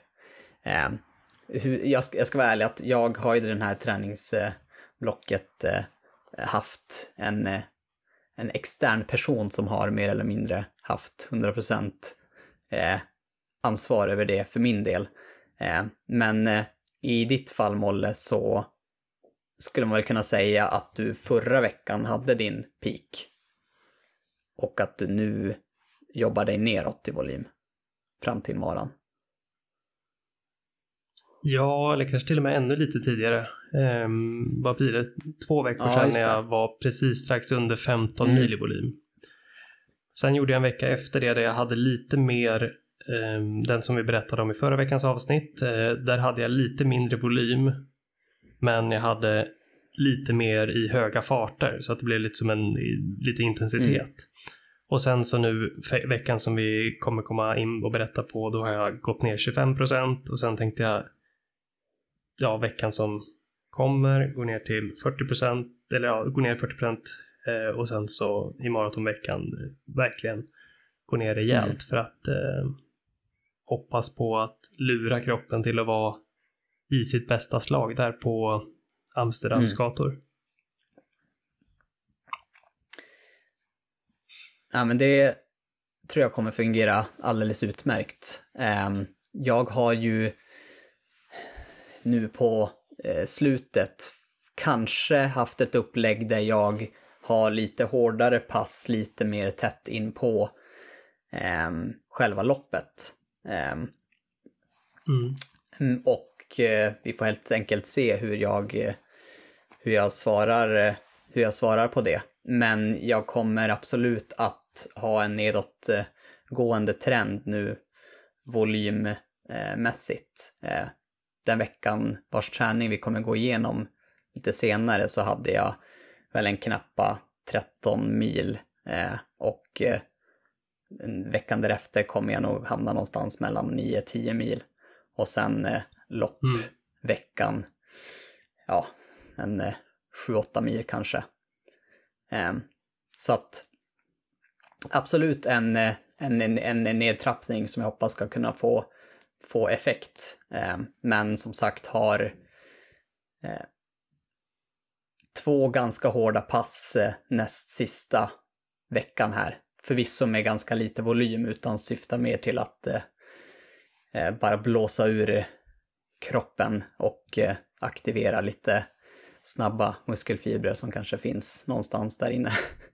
Speaker 1: Jag ska vara ärlig att jag har i den här träningsblocket haft en extern person som har mer eller mindre haft 100% ansvar över det för min del. Men i ditt fall, Molle, så skulle man väl kunna säga att du förra veckan hade din peak och att du nu jobbar dig neråt i volym fram till maran.
Speaker 2: Ja, eller kanske till och med ännu lite tidigare. Vad blir det? 2 veckor sedan när jag var precis strax under 15 mil i volym. Sen gjorde jag en vecka efter det där jag hade lite mer, den som vi berättade om i förra veckans avsnitt. Där hade jag lite mindre volym, men jag hade lite mer i höga farter, så att det blev lite som lite intensitet. Och sen så nu veckan som vi kommer komma in och berätta på, då har jag gått ner 25%, och sen tänkte jag veckan som kommer gå ner till 40%, eller gå ner 40%, och sen så i maratonveckan verkligen gå ner rejält för att hoppas på att lura kroppen till att vara i sitt bästa slag där på Amsterdams gator.
Speaker 1: Ja, men det tror jag kommer fungera alldeles utmärkt. Jag har ju nu på slutet kanske haft ett upplägg där jag ha lite hårdare pass lite mer tätt in på själva loppet. Och vi får helt enkelt se hur jag svarar på det. Men jag kommer absolut att ha en nedåtgående trend nu volymmässigt. Den veckan vars träning vi kommer gå igenom lite senare så hade jag väl en knappa 13 mil och veckan därefter kommer jag nog hamna någonstans mellan 9-10 mil. Och sen loppveckan, ja, en 7-8 mil kanske. Så att absolut en nedtrappning som jag hoppas ska kunna få effekt. Men som sagt har 2 ganska hårda pass näst sista veckan här. Förvisso med ganska lite volym utan syftar mer till att bara blåsa ur kroppen och aktivera lite snabba muskelfibrer som kanske finns någonstans där inne.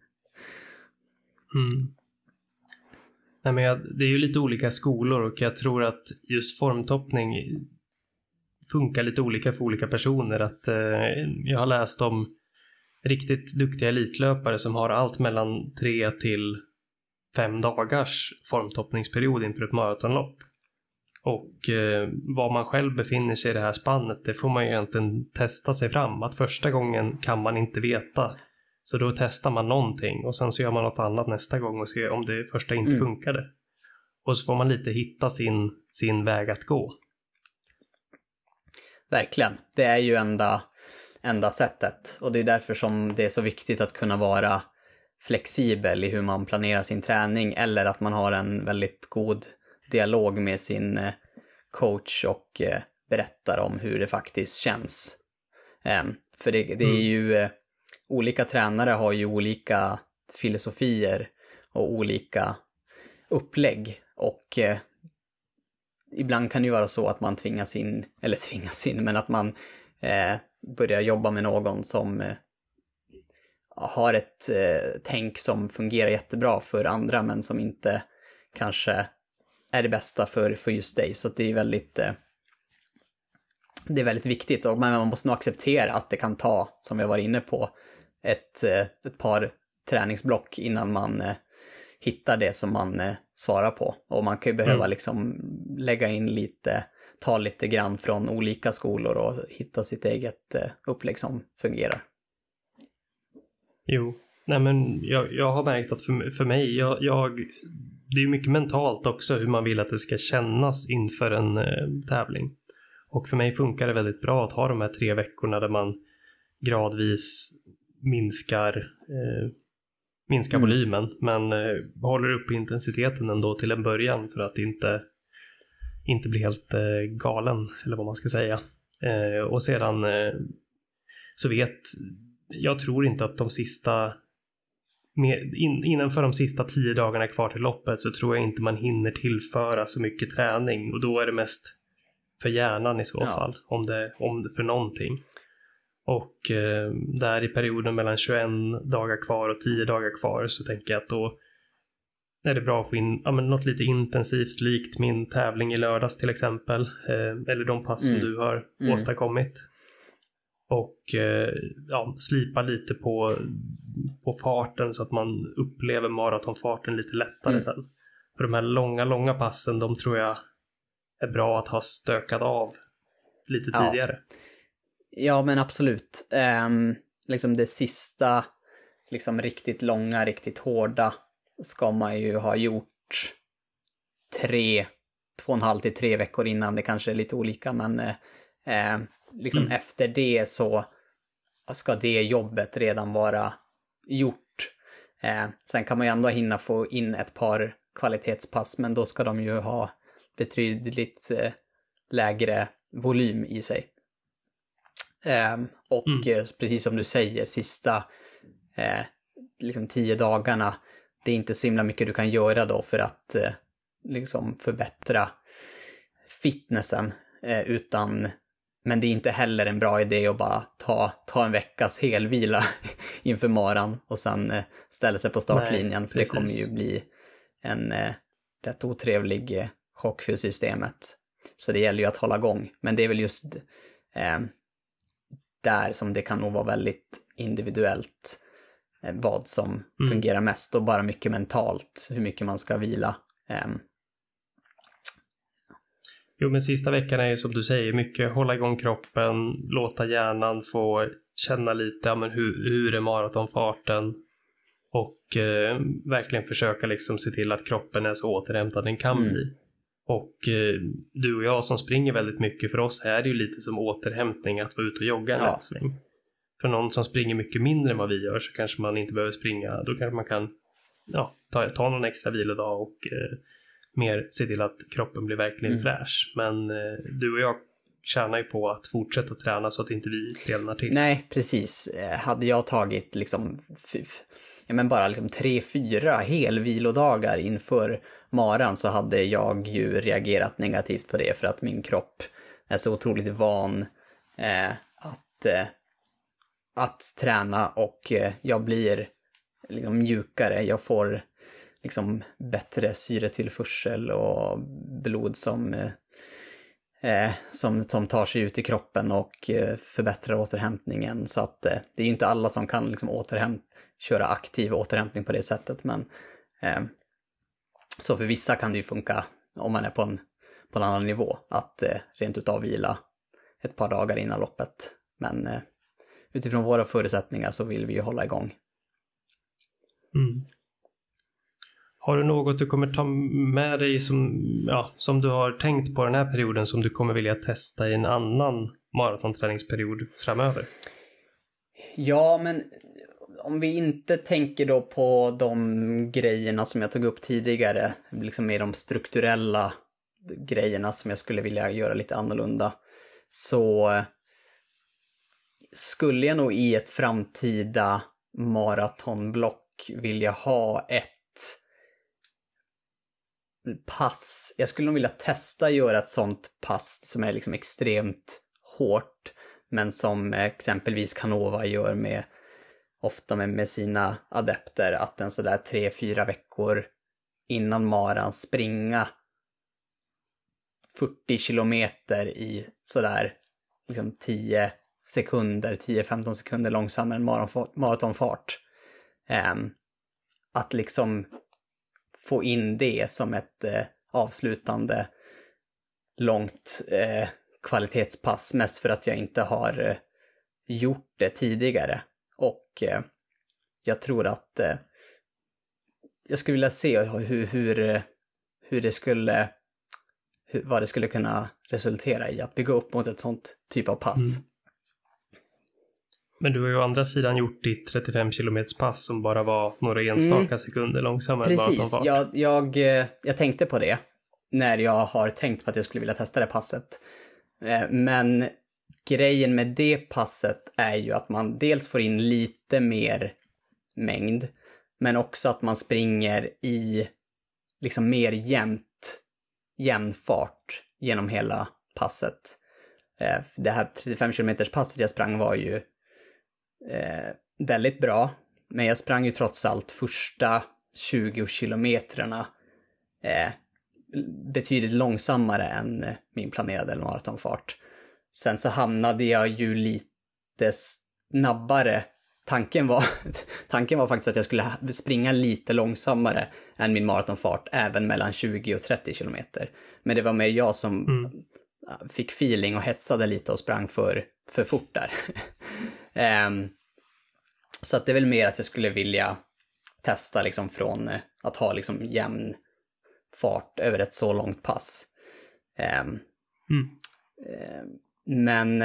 Speaker 2: Nej, men det är ju lite olika skolor och jag tror att just formtoppning funkar lite olika för olika personer. Att jag har läst om riktigt duktiga elitlöpare som har allt mellan 3 till 5 dagars formtoppningsperiod inför ett maratonlopp. Och var man själv befinner sig i det här spannet, det får man ju egentligen testa sig fram. Att första gången kan man inte veta. Så då testar man någonting och sen så gör man något annat nästa gång och ser om det första inte funkade. Och så får man lite hitta sin väg att gå.
Speaker 1: Verkligen. Det är ju enda sättet. Och det är därför som det är så viktigt att kunna vara flexibel i hur man planerar sin träning. Eller att man har en väldigt god dialog med sin coach och berättar om hur det faktiskt känns. För det är ju... Olika tränare har ju olika filosofier och olika upplägg. Och ibland kan det ju vara så att man tvingas in, men att man börjar jobba med någon som har ett tänk som fungerar jättebra för andra men som inte kanske är det bästa för just dig. Så att det är väldigt viktigt och man måste nog acceptera att det kan ta, som jag var inne på, ett par träningsblock innan man hittar det som man svarar på. Och man kan ju behöva liksom lägga in ta lite grann från olika skolor och hitta sitt eget upplägg som fungerar.
Speaker 2: Jo, nej men jag har märkt att för mig, det är mycket mentalt också hur man vill att det ska kännas inför en tävling. Och för mig funkar det väldigt bra att ha de här 3 veckorna där man gradvis minskar volymen men håller upp intensiteten ändå till en början för att inte bli helt galen eller vad man ska säga. Och sedan så jag tror inte att innanför de sista 10 dagarna kvar till loppet så tror jag inte man hinner tillföra så mycket träning och då är det mest för hjärnan i så fall om det för någonting. Och där i perioden mellan 21 dagar kvar och 10 dagar kvar så tänker jag att då är det bra att få in något lite intensivt likt min tävling i lördags till exempel. Eller de pass som du har åstadkommit. Och slipa lite på farten så att man upplever maratonfarten lite lättare sen. För de här långa passen, de tror jag är bra att ha stökat av lite tidigare.
Speaker 1: Ja, men absolut. Liksom det sista, liksom riktigt långa, riktigt hårda ska man ju ha gjort 2,5 till 3 veckor innan. Det kanske är lite olika, men efter det så ska det jobbet redan vara gjort. Sen kan man ju ändå hinna få in ett par kvalitetspass, men då ska de ju ha betydligt lägre volym i sig. Precis som du säger, sista 10 dagarna, det är inte så himla mycket du kan göra då för att förbättra fitnessen, men det är inte heller en bra idé att bara ta en veckas helvila inför maran och sen ställa sig på startlinjen.
Speaker 2: Nej,
Speaker 1: för det kommer ju bli en rätt otrevlig chock för systemet. Så det gäller ju att hålla igång. Men det är väl just där som det kan nog vara väldigt individuellt vad som fungerar mest och bara mycket mentalt, hur mycket man ska vila.
Speaker 2: Jo, men sista veckan är ju som du säger mycket hålla igång kroppen, låta hjärnan få känna lite, ja, men hur är maratonfarten och verkligen försöka liksom se till att kroppen är så återhämtad den kan bli. Och du och jag som springer väldigt mycket, för oss är det ju lite som återhämtning att vara ute och jogga en lätt sväng. För någon som springer mycket mindre än vad vi gör så kanske man inte behöver springa, då kanske man kan ta någon extra vilodag och mer se till att kroppen blir verkligen fräsch. Men du och jag tjänar ju på att fortsätta träna så att inte vi stelnar till.
Speaker 1: Nej, precis. Hade jag tagit liksom bara liksom 3-4 helvilodagar inför maran så hade jag ju reagerat negativt på det, för att min kropp är så otroligt van att träna, och jag blir liksom mjukare. Jag får liksom bättre syretillförsel och blod som tar sig ut i kroppen och förbättrar återhämtningen. Så att det är ju inte alla som kan liksom köra aktiv återhämtning på det sättet, men så för vissa kan det ju funka om man är på en annan nivå att rent utav vila ett par dagar innan loppet. Men utifrån våra förutsättningar så vill vi ju hålla igång.
Speaker 2: Har du något du kommer ta med dig som du har tänkt på den här perioden som du kommer vilja testa i en annan maratonträningsperiod framöver?
Speaker 1: Ja, men om vi inte tänker då på de grejerna som jag tog upp tidigare, liksom med de strukturella grejerna som jag skulle vilja göra lite annorlunda, så skulle jag nog i ett framtida maratonblock vilja ha ett pass. Jag skulle nog vilja testa göra ett sånt pass som är liksom extremt hårt, men som exempelvis Canova gör ofta med sina adepter, att en sådär 3-4 veckor innan maran springa 40 kilometer i sådär liksom 10-15 sekunder långsammare än maratonfart. Att liksom få in det som ett avslutande långt kvalitetspass, mest för att jag inte har gjort det tidigare. Och jag tror att jag skulle vilja se vad det skulle kunna resultera i att bygga upp mot ett sånt typ av pass.
Speaker 2: Men du har ju å andra sidan gjort ditt 35 kilometers pass som bara var några enstaka sekunder långsammare än maratonfart.
Speaker 1: Precis, jag tänkte på det när jag har tänkt på att jag skulle vilja testa det passet. Men grejen med det passet är ju att man dels får in lite mer mängd, men också att man springer i liksom mer jämn fart genom hela passet. Det här 35 kilometers passet jag sprang var ju väldigt bra, men jag sprang ju trots allt första 20 kilometrarna betydligt långsammare än min planerade maratonfart. Sen så hamnade jag ju lite snabbare. Tanken var faktiskt att jag skulle springa lite långsammare än min maratonfart, även mellan 20 och 30 kilometer. Men det var mer jag som fick feeling och hetsade lite och sprang för fort där. Så att det är väl mer att jag skulle vilja testa liksom från att ha liksom jämn fart över ett så långt pass. Men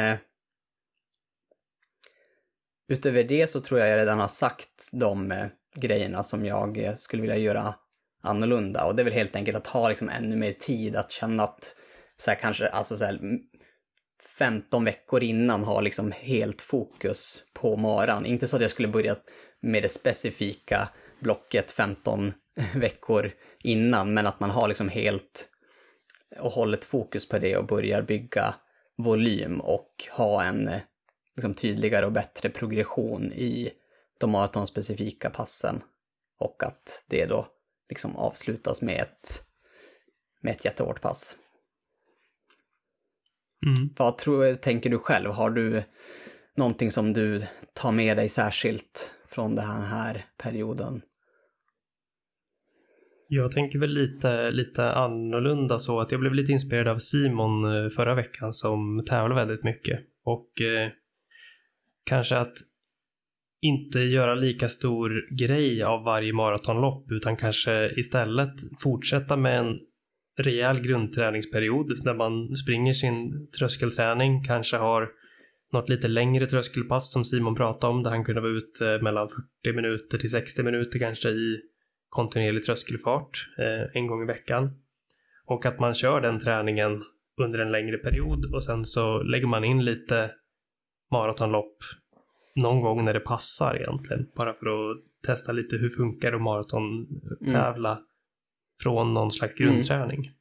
Speaker 1: utöver det så tror jag redan har sagt de grejerna som jag skulle vilja göra annorlunda. Och det är väl helt enkelt att ha liksom ännu mer tid, att känna att så här, kanske alltså så här, 15 veckor innan ha liksom helt fokus på maran. Inte så att jag skulle börja med det specifika blocket 15 veckor innan, men att man har liksom helt och hållet fokus på det och börjar bygga volym och ha en liksom tydligare och bättre progression i de maratonspecifika passen och att det då liksom avslutas med ett jättehårt pass. Vad tänker du själv? Har du någonting som du tar med dig särskilt från den här perioden?
Speaker 2: Jag tänker väl lite annorlunda så att jag blev lite inspirerad av Simon förra veckan som tävlar väldigt mycket. Och kanske att inte göra lika stor grej av varje maratonlopp utan kanske istället fortsätta med en rejäl grundträningsperiod där man springer sin tröskelträning, kanske har något lite längre tröskelpass som Simon pratade om där han kunde vara ute mellan 40 minuter till 60 minuter kanske i kontinuerlig tröskelfart en gång i veckan. Och att man kör den träningen under en längre period och sen så lägger man in lite maratonlopp någon gång när det passar egentligen. Bara för att testa lite hur funkar det att maratontävla från någon slags grundträning.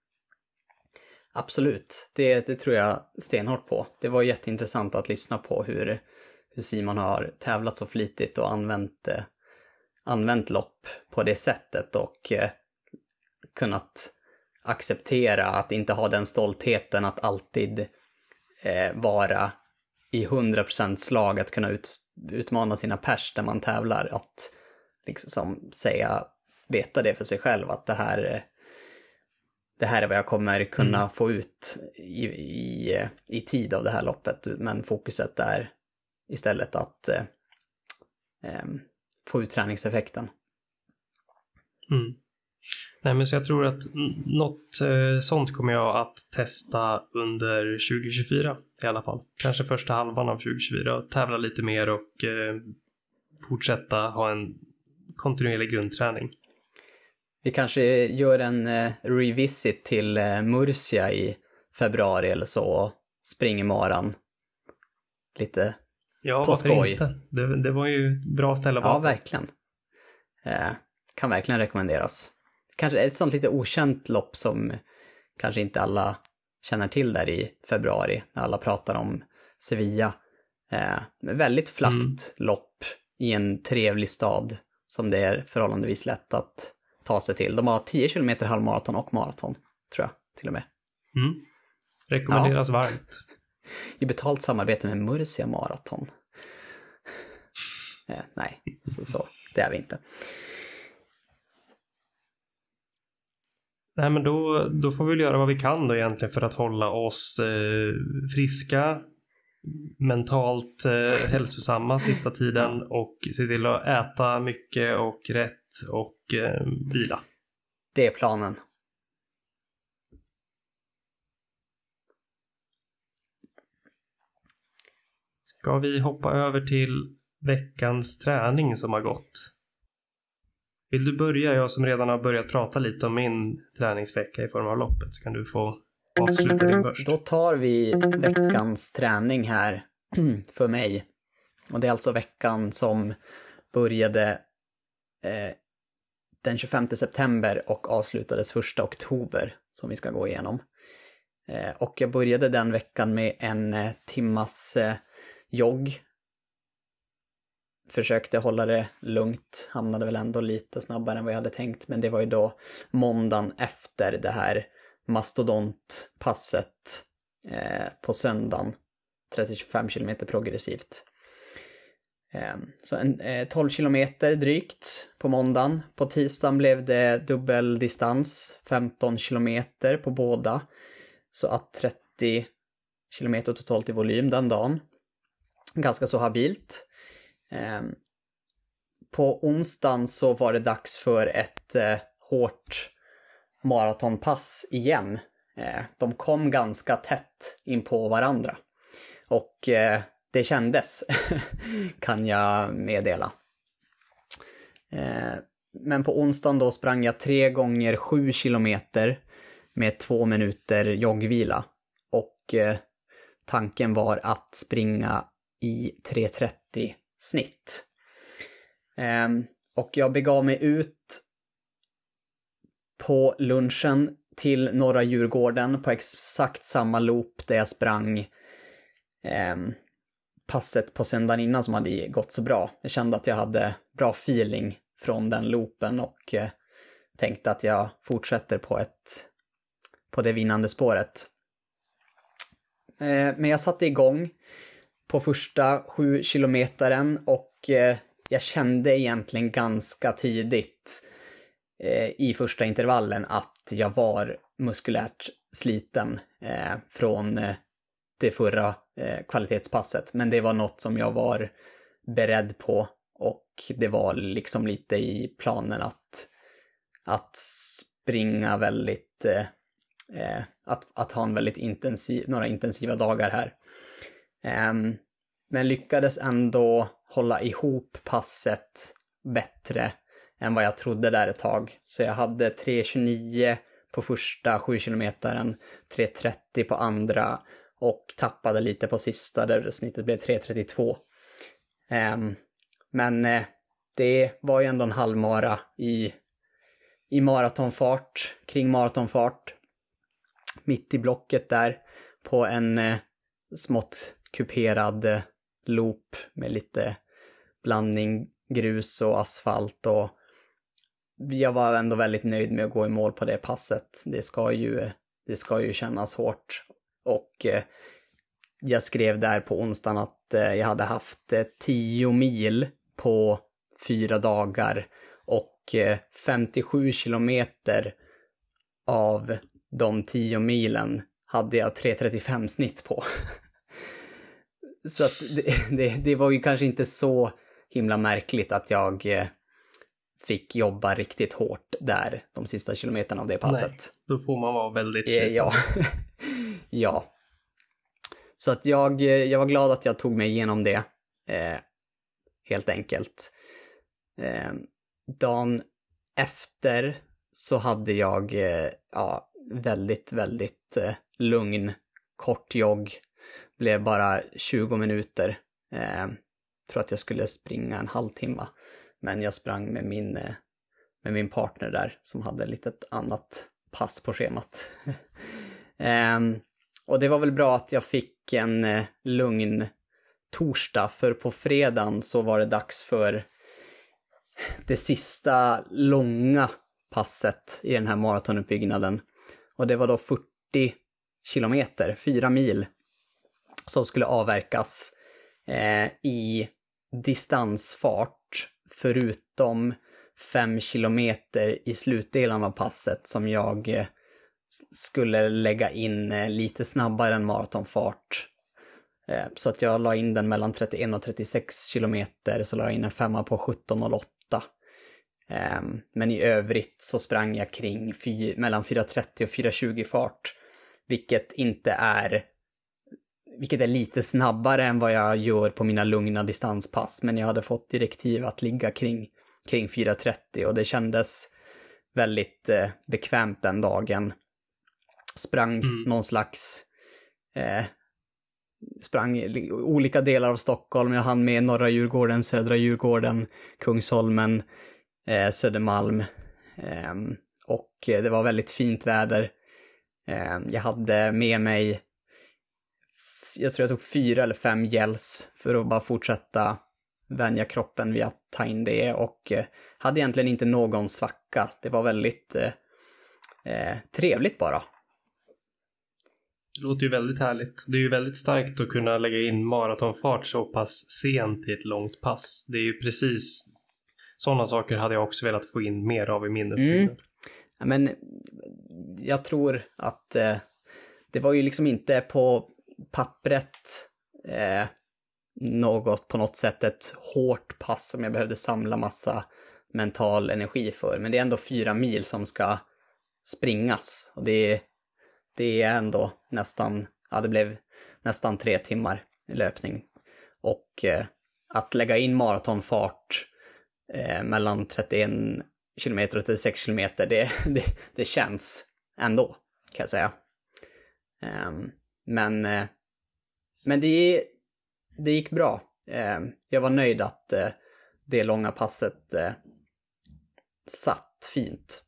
Speaker 1: Absolut, det tror jag stenhårt på. Det var jätteintressant att lyssna på hur Simon har tävlat så flitigt och använt lopp på det sättet och kunnat acceptera att inte ha den stoltheten att alltid vara i 100% slag, att kunna utmana sina pers där man tävlar, att liksom veta det för sig själv att det här är vad jag kommer kunna få ut i tid av det här loppet, men fokuset är istället att få ut träningseffekten.
Speaker 2: Nej, men så jag tror att något sånt kommer jag att testa under 2024 i alla fall. Kanske första halvan av 2024. Tävla lite mer och fortsätta ha en kontinuerlig grundträning.
Speaker 1: Vi kanske gör en revisit till Murcia i februari eller så och springer maran lite på skoj.
Speaker 2: Inte? Det var ju bra ställe att vara.
Speaker 1: Ja, verkligen. Kan verkligen rekommenderas. Kanske ett sånt lite okänt lopp som kanske inte alla känner till där i februari när alla pratar om Sevilla. Väldigt flackt lopp i en trevlig stad som det är förhållandevis lätt att ta sig till. De har 10 kilometer halvmaraton och maraton, tror jag, till och med.
Speaker 2: Rekommenderas varmt.
Speaker 1: I betalt samarbete med Murcia Marathon. Nej, så det är vi inte.
Speaker 2: Nej, men då får vi väl göra vad vi kan då egentligen för att hålla oss friska, mentalt hälsosamma sista tiden och se till att äta mycket och rätt och vila.
Speaker 1: Det är planen.
Speaker 2: Ska vi hoppa över till veckans träning som har gått? Vill du börja? Jag som redan har börjat prata lite om min träningsvecka i form av loppet, så kan du få avsluta din först.
Speaker 1: Då tar vi veckans träning här för mig. Och det är alltså veckan som började den 25 september och avslutades 1 oktober som vi ska gå igenom. Och jag började den veckan med en timmas jogg. Försökte hålla det lugnt, hamnade väl ändå lite snabbare än vad jag hade tänkt. Men det var ju då måndagen efter det här mastodontpasset på söndagen. 35 kilometer progressivt. Så 12 kilometer drygt på måndagen. På tisdagen blev det dubbeldistans, 15 kilometer på båda. Så att 30 kilometer totalt i volym den dagen. Ganska så habilt. På onsdagen så var det dags för ett hårt maratonpass igen. De kom ganska tätt in på varandra. Och det kändes, kan jag meddela. Men på onsdagen då sprang jag 3 gånger 7 kilometer med 2 minuter joggvila. Och tanken var att springa i 3:30 snitt. Och jag begav mig ut på lunchen till Norra Djurgården på exakt samma loop där jag sprang passet på söndagen innan som hade gått så bra. Jag kände att jag hade bra feeling från den loopen och tänkte att jag fortsätter på det vinnande spåret. Men jag satte igång på första 7 kilometern och jag kände egentligen ganska tidigt i första intervallen att jag var muskulärt sliten från det förra kvalitetspasset. Men det var något som jag var beredd på och det var liksom lite i planen att springa väldigt, att ha en väldigt några intensiva dagar här. Men lyckades ändå hålla ihop passet bättre än vad jag trodde där ett tag. Så jag hade 3.29 på första 7 kilometern, 3.30 på andra och tappade lite på sista där snittet blev 3.32. Men det var ju ändå en halvmara i maratonfart, kring maratonfart. Mitt i blocket där på en smått kuperad loop med lite blandning grus och asfalt och jag var ändå väldigt nöjd med att gå i mål på det passet. Det ska ju kännas hårt och jag skrev där på onsdagen att jag hade haft 10 mil på 4 dagar och 57 kilometer av de 10 milen hade jag 3.35 snitt på. Så att det var ju kanske inte så himla märkligt att jag fick jobba riktigt hårt där de sista kilometerna av det passet.
Speaker 2: Nej, då får man vara väldigt sliten.
Speaker 1: Ja. Ja. Så att jag var glad att jag tog mig igenom det. Helt enkelt. Dagen efter så hade jag väldigt, väldigt lugn, kort jogg. Blev bara 20 minuter. Tror att jag skulle springa en halvtimme. Men jag sprang med min partner där som hade ett litet annat pass på schemat. Och det var väl bra att jag fick en lugn torsdag, för på fredagen så var det dags för det sista långa passet i den här maratonuppbyggnaden. Och det var då 40 kilometer, 4 mil som skulle avverkas i distansfart, förutom 5 kilometer i slutdelen av passet som jag skulle lägga in lite snabbare än maratonfart. Så att jag la in den mellan 31 och 36 kilometer, så la jag in en 5 på 17.08. Men i övrigt så sprang jag kring mellan 4.30 och 4.20 fart, vilket är lite snabbare än vad jag gör på mina lugna distanspass, men jag hade fått direktiv att ligga kring 4.30 och det kändes väldigt bekvämt den dagen. Sprang någon slags sprang olika delar av Stockholm. Jag hann med norra Djurgården, södra Djurgården, Kungsholmen, Södermalm och det var väldigt fint väder. Jag hade med mig, jag tror jag tog 4 eller 5 gels för att bara fortsätta vänja kroppen vid att ta in det och hade egentligen inte någon svacka. Det var väldigt trevligt bara.
Speaker 2: Det låter ju väldigt härligt. Det är ju väldigt starkt att kunna lägga in maratonfart så pass sent i ett långt pass. Det är ju precis sådana saker hade jag också velat få in mer av i min uppbyggnad.
Speaker 1: Ja, men jag tror att det var ju liksom inte på pappret på något sätt ett hårt pass som jag behövde samla massa mental energi för. Men det är ändå 4 mil som ska springas och det är ändå det blev nästan 3 timmar i löpning. Och att lägga in maratonfart mellan 31 kilometer och 36 kilometer, det känns ändå, kan jag säga. Men det gick bra. Jag var nöjd att det långa passet satt fint.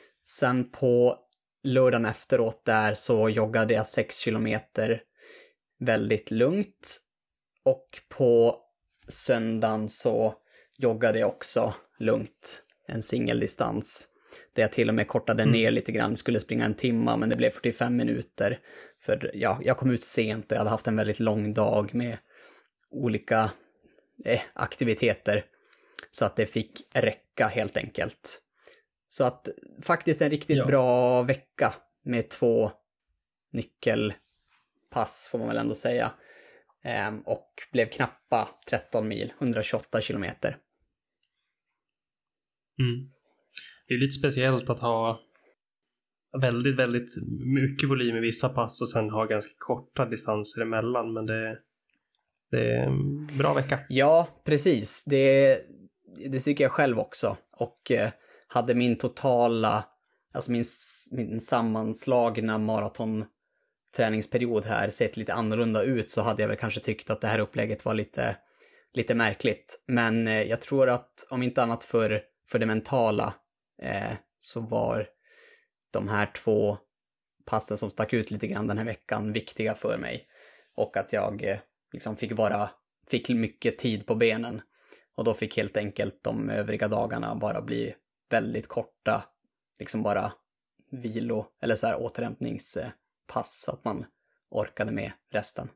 Speaker 1: Sen på lördagen efteråt där så joggade jag 6 kilometer väldigt lugnt. Och på söndagen så joggade jag också lugnt, en singeldistans. Där jag till och med kortade ner lite grann, skulle springa 1 timme men det blev 45 minuter. För ja, jag kom ut sent och jag hade haft en väldigt lång dag med olika aktiviteter. Så att det fick räcka helt enkelt. Så att faktiskt en riktigt bra vecka med 2 nyckelpass får man väl ändå säga. Och blev knappa 13 mil, 128 kilometer.
Speaker 2: Det är lite speciellt att ha väldigt, väldigt mycket volym i vissa pass och sen ha ganska korta distanser emellan, men det är en bra vecka.
Speaker 1: Ja, precis. Det tycker jag själv också. Och hade min totala, alltså min sammanslagna maratonträningsperiod här sett lite annorlunda ut så hade jag väl kanske tyckt att det här upplägget var lite märkligt. Men jag tror att om inte annat för det mentala så var de här 2 passen som stack ut lite grann den här veckan viktiga för mig. Och att jag liksom fick mycket tid på benen. Och då fick helt enkelt de övriga dagarna bara bli väldigt korta. Liksom bara eller så här återhämtningspass så att man orkade med resten.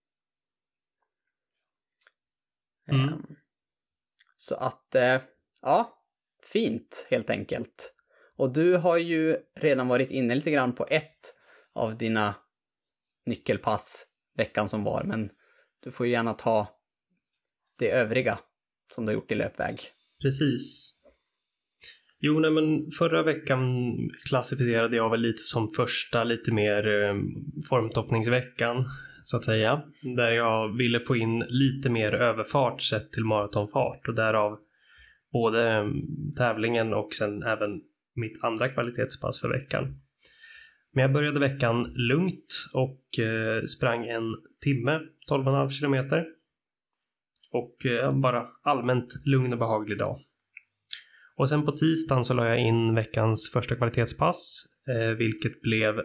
Speaker 1: Så att, ja, fint helt enkelt. Och du har ju redan varit inne lite grann på ett av dina nyckelpass veckan som var, men du får ju gärna ta det övriga som du har gjort i löpväg.
Speaker 2: Precis. Jo, nej, men förra veckan klassificerade jag väl lite som första, lite mer formtoppningsveckan så att säga. Där jag ville få in lite mer överfart sett till maratonfart och därav både tävlingen och sen även mitt andra kvalitetspass för veckan. Men jag började veckan lugnt och sprang 1 timme, 12,5 kilometer. Och bara allmänt lugn och behaglig dag. Och sen på tisdagen så la jag in veckans första kvalitetspass, vilket blev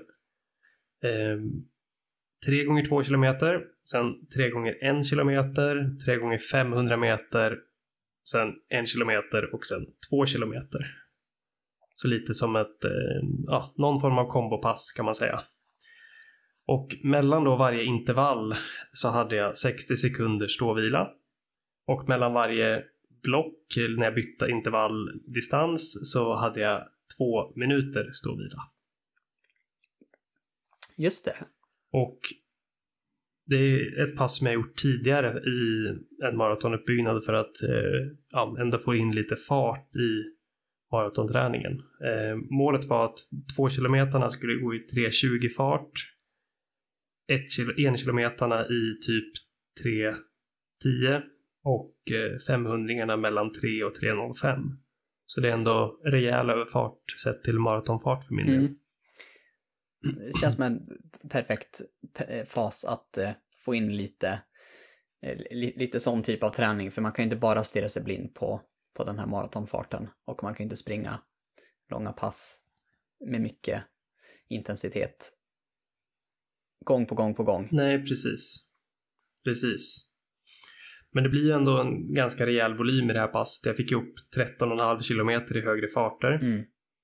Speaker 2: 3 gånger 2 kilometer, sen 3 gånger 1 kilometer, 3 gånger 500 meter, sen 1 kilometer och sen 2 kilometer. Så lite som ett, någon form av kombopass kan man säga. Och mellan då varje intervall så hade jag 60 sekunder ståvila. Och mellan varje block, när jag bytte intervalldistans, så hade jag 2 minuter ståvila.
Speaker 1: Just det.
Speaker 2: Och det är ett pass som jag gjort tidigare i en maratonuppbyggnad för att ändå få in lite fart i maratonträningen. Målet var att 2 kilometerna skulle gå i 3:20 fart. 1 kilometerna i typ 3:10 och 500-ringarna mellan 3 och 3:05. Så det är ändå rejäl överfart sett till maratonfart för min del.
Speaker 1: Det känns som en perfekt fas att få in lite sån typ av träning, för man kan ju inte bara stirra sig blind på den här maratonfarten och man kan inte springa långa pass med mycket intensitet gång på gång.
Speaker 2: Nej, precis. Men det blir ju ändå en ganska rejäl volym i det här passet. Jag fick upp 13,5 kilometer i högre farter.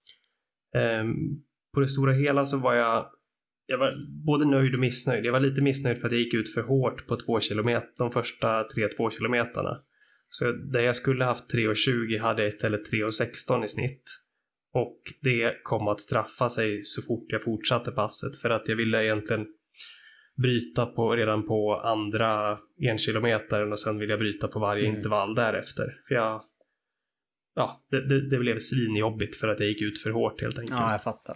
Speaker 2: På det stora hela så var jag var både nöjd och missnöjd. Jag var lite missnöjd för att jag gick ut för hårt på 2 kilometer, de första 2 kilometerna. Så där jag skulle haft 3:20 hade jag istället 3:16 i snitt. Och det kom att straffa sig så fort jag fortsatte passet, för att jag ville egentligen bryta redan på andra 1 kilometer och sen vill jag bryta på varje intervall därefter. För det blev svinjobbigt för att jag gick ut för hårt helt enkelt.
Speaker 1: Ja, jag fattar.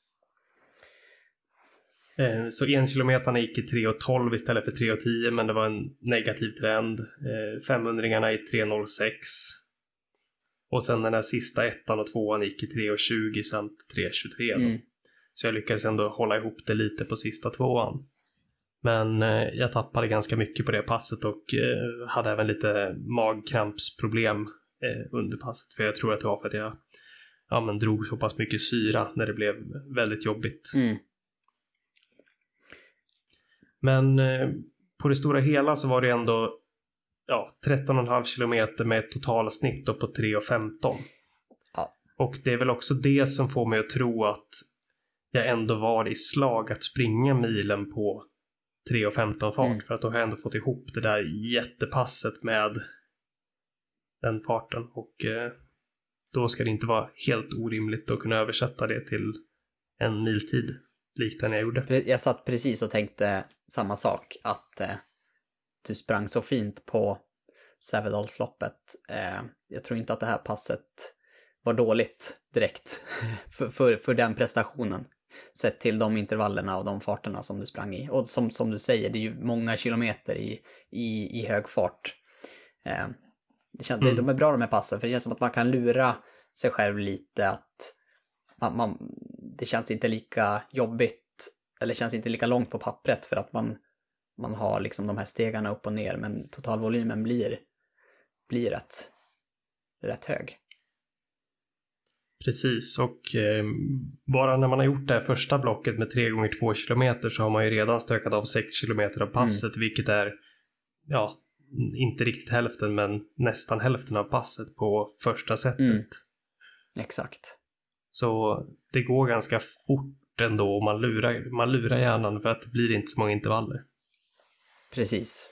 Speaker 2: Så 1 kilometerna gick i 3:12 istället för 3:10, men det var en negativ trend. 500-ringarna i 3:06. Och sen den här sista 1:an och 2:an gick i 3:20 samt 3:23. Så jag lyckades ändå hålla ihop det lite på sista 2:an. Men jag tappade ganska mycket på det passet och hade även lite magkrampsproblem under passet. För jag tror att det var för att jag drog så pass mycket syra när det blev väldigt jobbigt. Men på det stora hela så var det ändå 13,5 kilometer med ett totalsnitt på 3,15.
Speaker 1: Ja.
Speaker 2: Och det är väl också det som får mig att tro att jag ändå var i slag att springa milen på 3,15 fart. För att då har jag ändå fått ihop det där jättepasset med den farten. Och då ska det inte vara helt orimligt att kunna översätta det till en miltid likt den jag gjorde.
Speaker 1: Jag satt precis och tänkte samma sak, att du sprang så fint på Sävedalsloppet. Jag tror inte att det här passet var dåligt direkt för den prestationen. Sett till de intervallerna och de farterna som du sprang i. Och som du säger, det är ju många kilometer i hög fart. De är bra de här passen, för det känns som att man kan lura sig själv lite, att det känns inte lika jobbigt, eller känns inte lika långt på pappret, för att man har liksom de här stegarna upp och ner, men totalvolymen blir rätt hög.
Speaker 2: Precis, och bara när man har gjort det här första blocket med 3x2 kilometer så har man ju redan stökat av 6 kilometer av passet, vilket är inte riktigt hälften, men nästan hälften av passet på första sättet.
Speaker 1: Exakt.
Speaker 2: Så det går ganska fort ändå, och man lurar hjärnan för att det blir inte så många intervaller.
Speaker 1: Precis.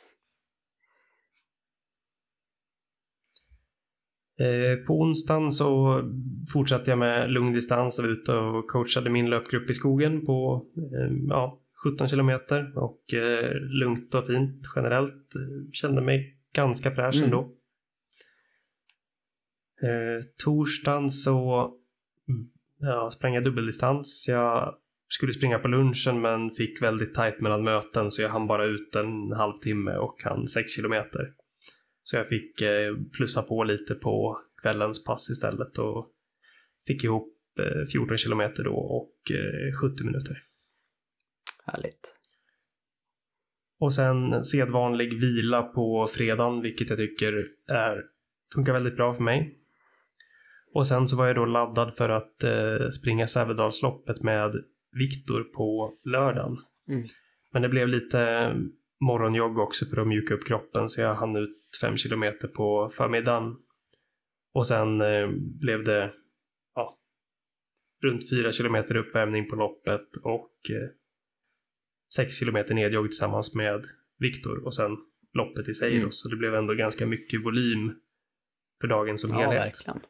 Speaker 2: På onsdagen så fortsatte jag med lungdistans och var ute och coachade min löpgrupp i skogen på 17 kilometer, och lugnt och fint generellt. Kände mig ganska fräsch ändå. Torsdagen så sprang jag dubbeldistans. Jag skulle springa på lunchen men fick väldigt tajt mellan möten, så jag hann bara ut en halvtimme och hann 6 kilometer. Så jag fick plussa på lite på kvällens pass istället och fick ihop 14 kilometer då och 70 minuter.
Speaker 1: Härligt.
Speaker 2: Och sen sedvanlig vila på fredagen, vilket jag tycker funkar väldigt bra för mig. Och sen så var jag då laddad för att springa Sävedalsloppet med Viktor på lördagen. Men det blev lite morgonjogg också för att mjuka upp kroppen, så jag hann ut 5 kilometer på förmiddagen. Och sen blev det runt 4 kilometer uppvärmning på loppet och 6 kilometer nedjogg tillsammans med Viktor, och sen loppet i sig då. Så det blev ändå ganska mycket volym för dagen som helhet.
Speaker 1: Verkligen.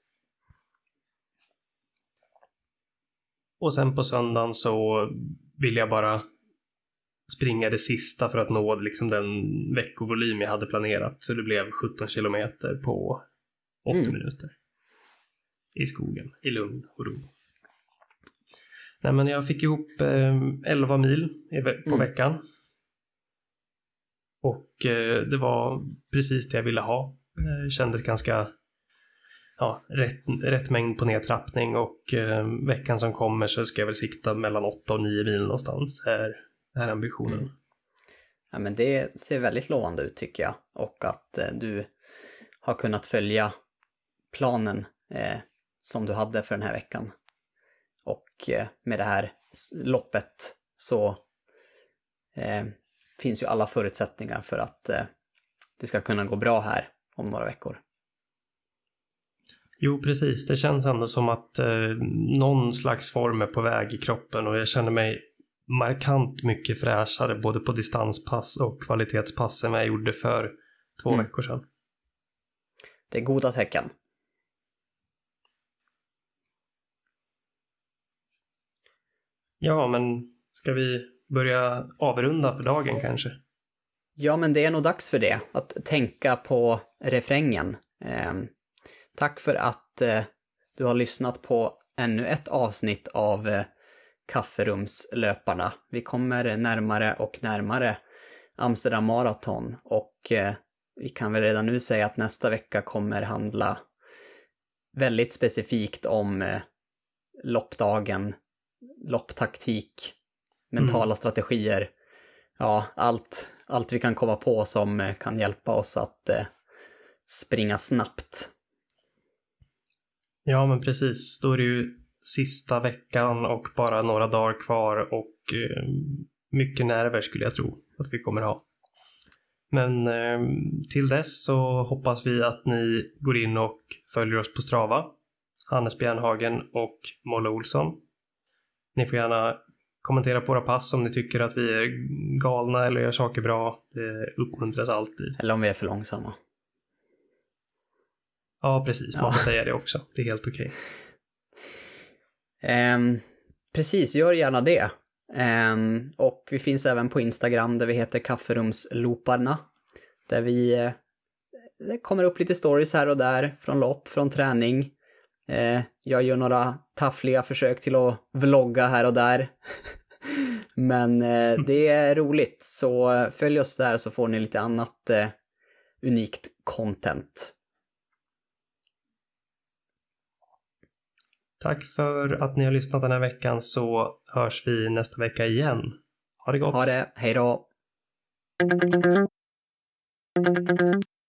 Speaker 2: Och sen på söndagen så ville jag bara springa det sista för att nå liksom den veckovolym jag hade planerat. Så det blev 17 kilometer på 80 minuter. I skogen, i lugn och ro. Nej, men jag fick ihop 11 mil på veckan. Och det var precis det jag ville ha. Kändes ganska rätt mängd på nedtrappning, och veckan som kommer så ska jag väl sikta mellan 8 och 9 mil någonstans. Är ambitionen.
Speaker 1: Ja, men det ser väldigt lovande ut tycker jag, och att du har kunnat följa planen som du hade för den här veckan. Och med det här loppet så finns ju alla förutsättningar för att det ska kunna gå bra här om några veckor.
Speaker 2: Jo, precis. Det känns ändå som att någon slags form är på väg i kroppen, och jag känner mig markant mycket fräschare både på distanspass och kvalitetspass än vad jag gjorde för 2 veckor sedan.
Speaker 1: Det är goda tecken.
Speaker 2: Ja, men ska vi börja avrunda för dagen kanske?
Speaker 1: Ja, men det är nog dags för det. Att tänka på refrängen. Tack för att du har lyssnat på ännu ett avsnitt av Kafferumslöparna. Vi kommer närmare och närmare Amsterdam Marathon, och vi kan väl redan nu säga att nästa vecka kommer handla väldigt specifikt om loppdagen, lopptaktik, mentala strategier. Ja, allt vi kan komma på som kan hjälpa oss att springa snabbt.
Speaker 2: Ja, men precis. Då är det ju sista veckan och bara några dagar kvar, och mycket nerver skulle jag tro att vi kommer ha. Men till dess så hoppas vi att ni går in och följer oss på Strava. Hannes Bjärnhagen och Molle Olsson. Ni får gärna kommentera på våra pass om ni tycker att vi är galna eller gör saker bra. Det uppmuntras alltid.
Speaker 1: Eller om vi är för långsamma.
Speaker 2: Ja, precis. Man får säga det också. Det är helt okej.
Speaker 1: Precis, gör gärna det. Och vi finns även på Instagram där vi heter Kafferumsloparna. Där det kommer upp lite stories här och där. Från lopp, från träning. Jag gör några taffliga försök till att vlogga här och där. Men det är roligt. Så följ oss där så får ni lite annat unikt content.
Speaker 2: Tack för att ni har lyssnat den här veckan, så hörs vi nästa vecka igen. Ha det gott!
Speaker 1: Ha det, hej då!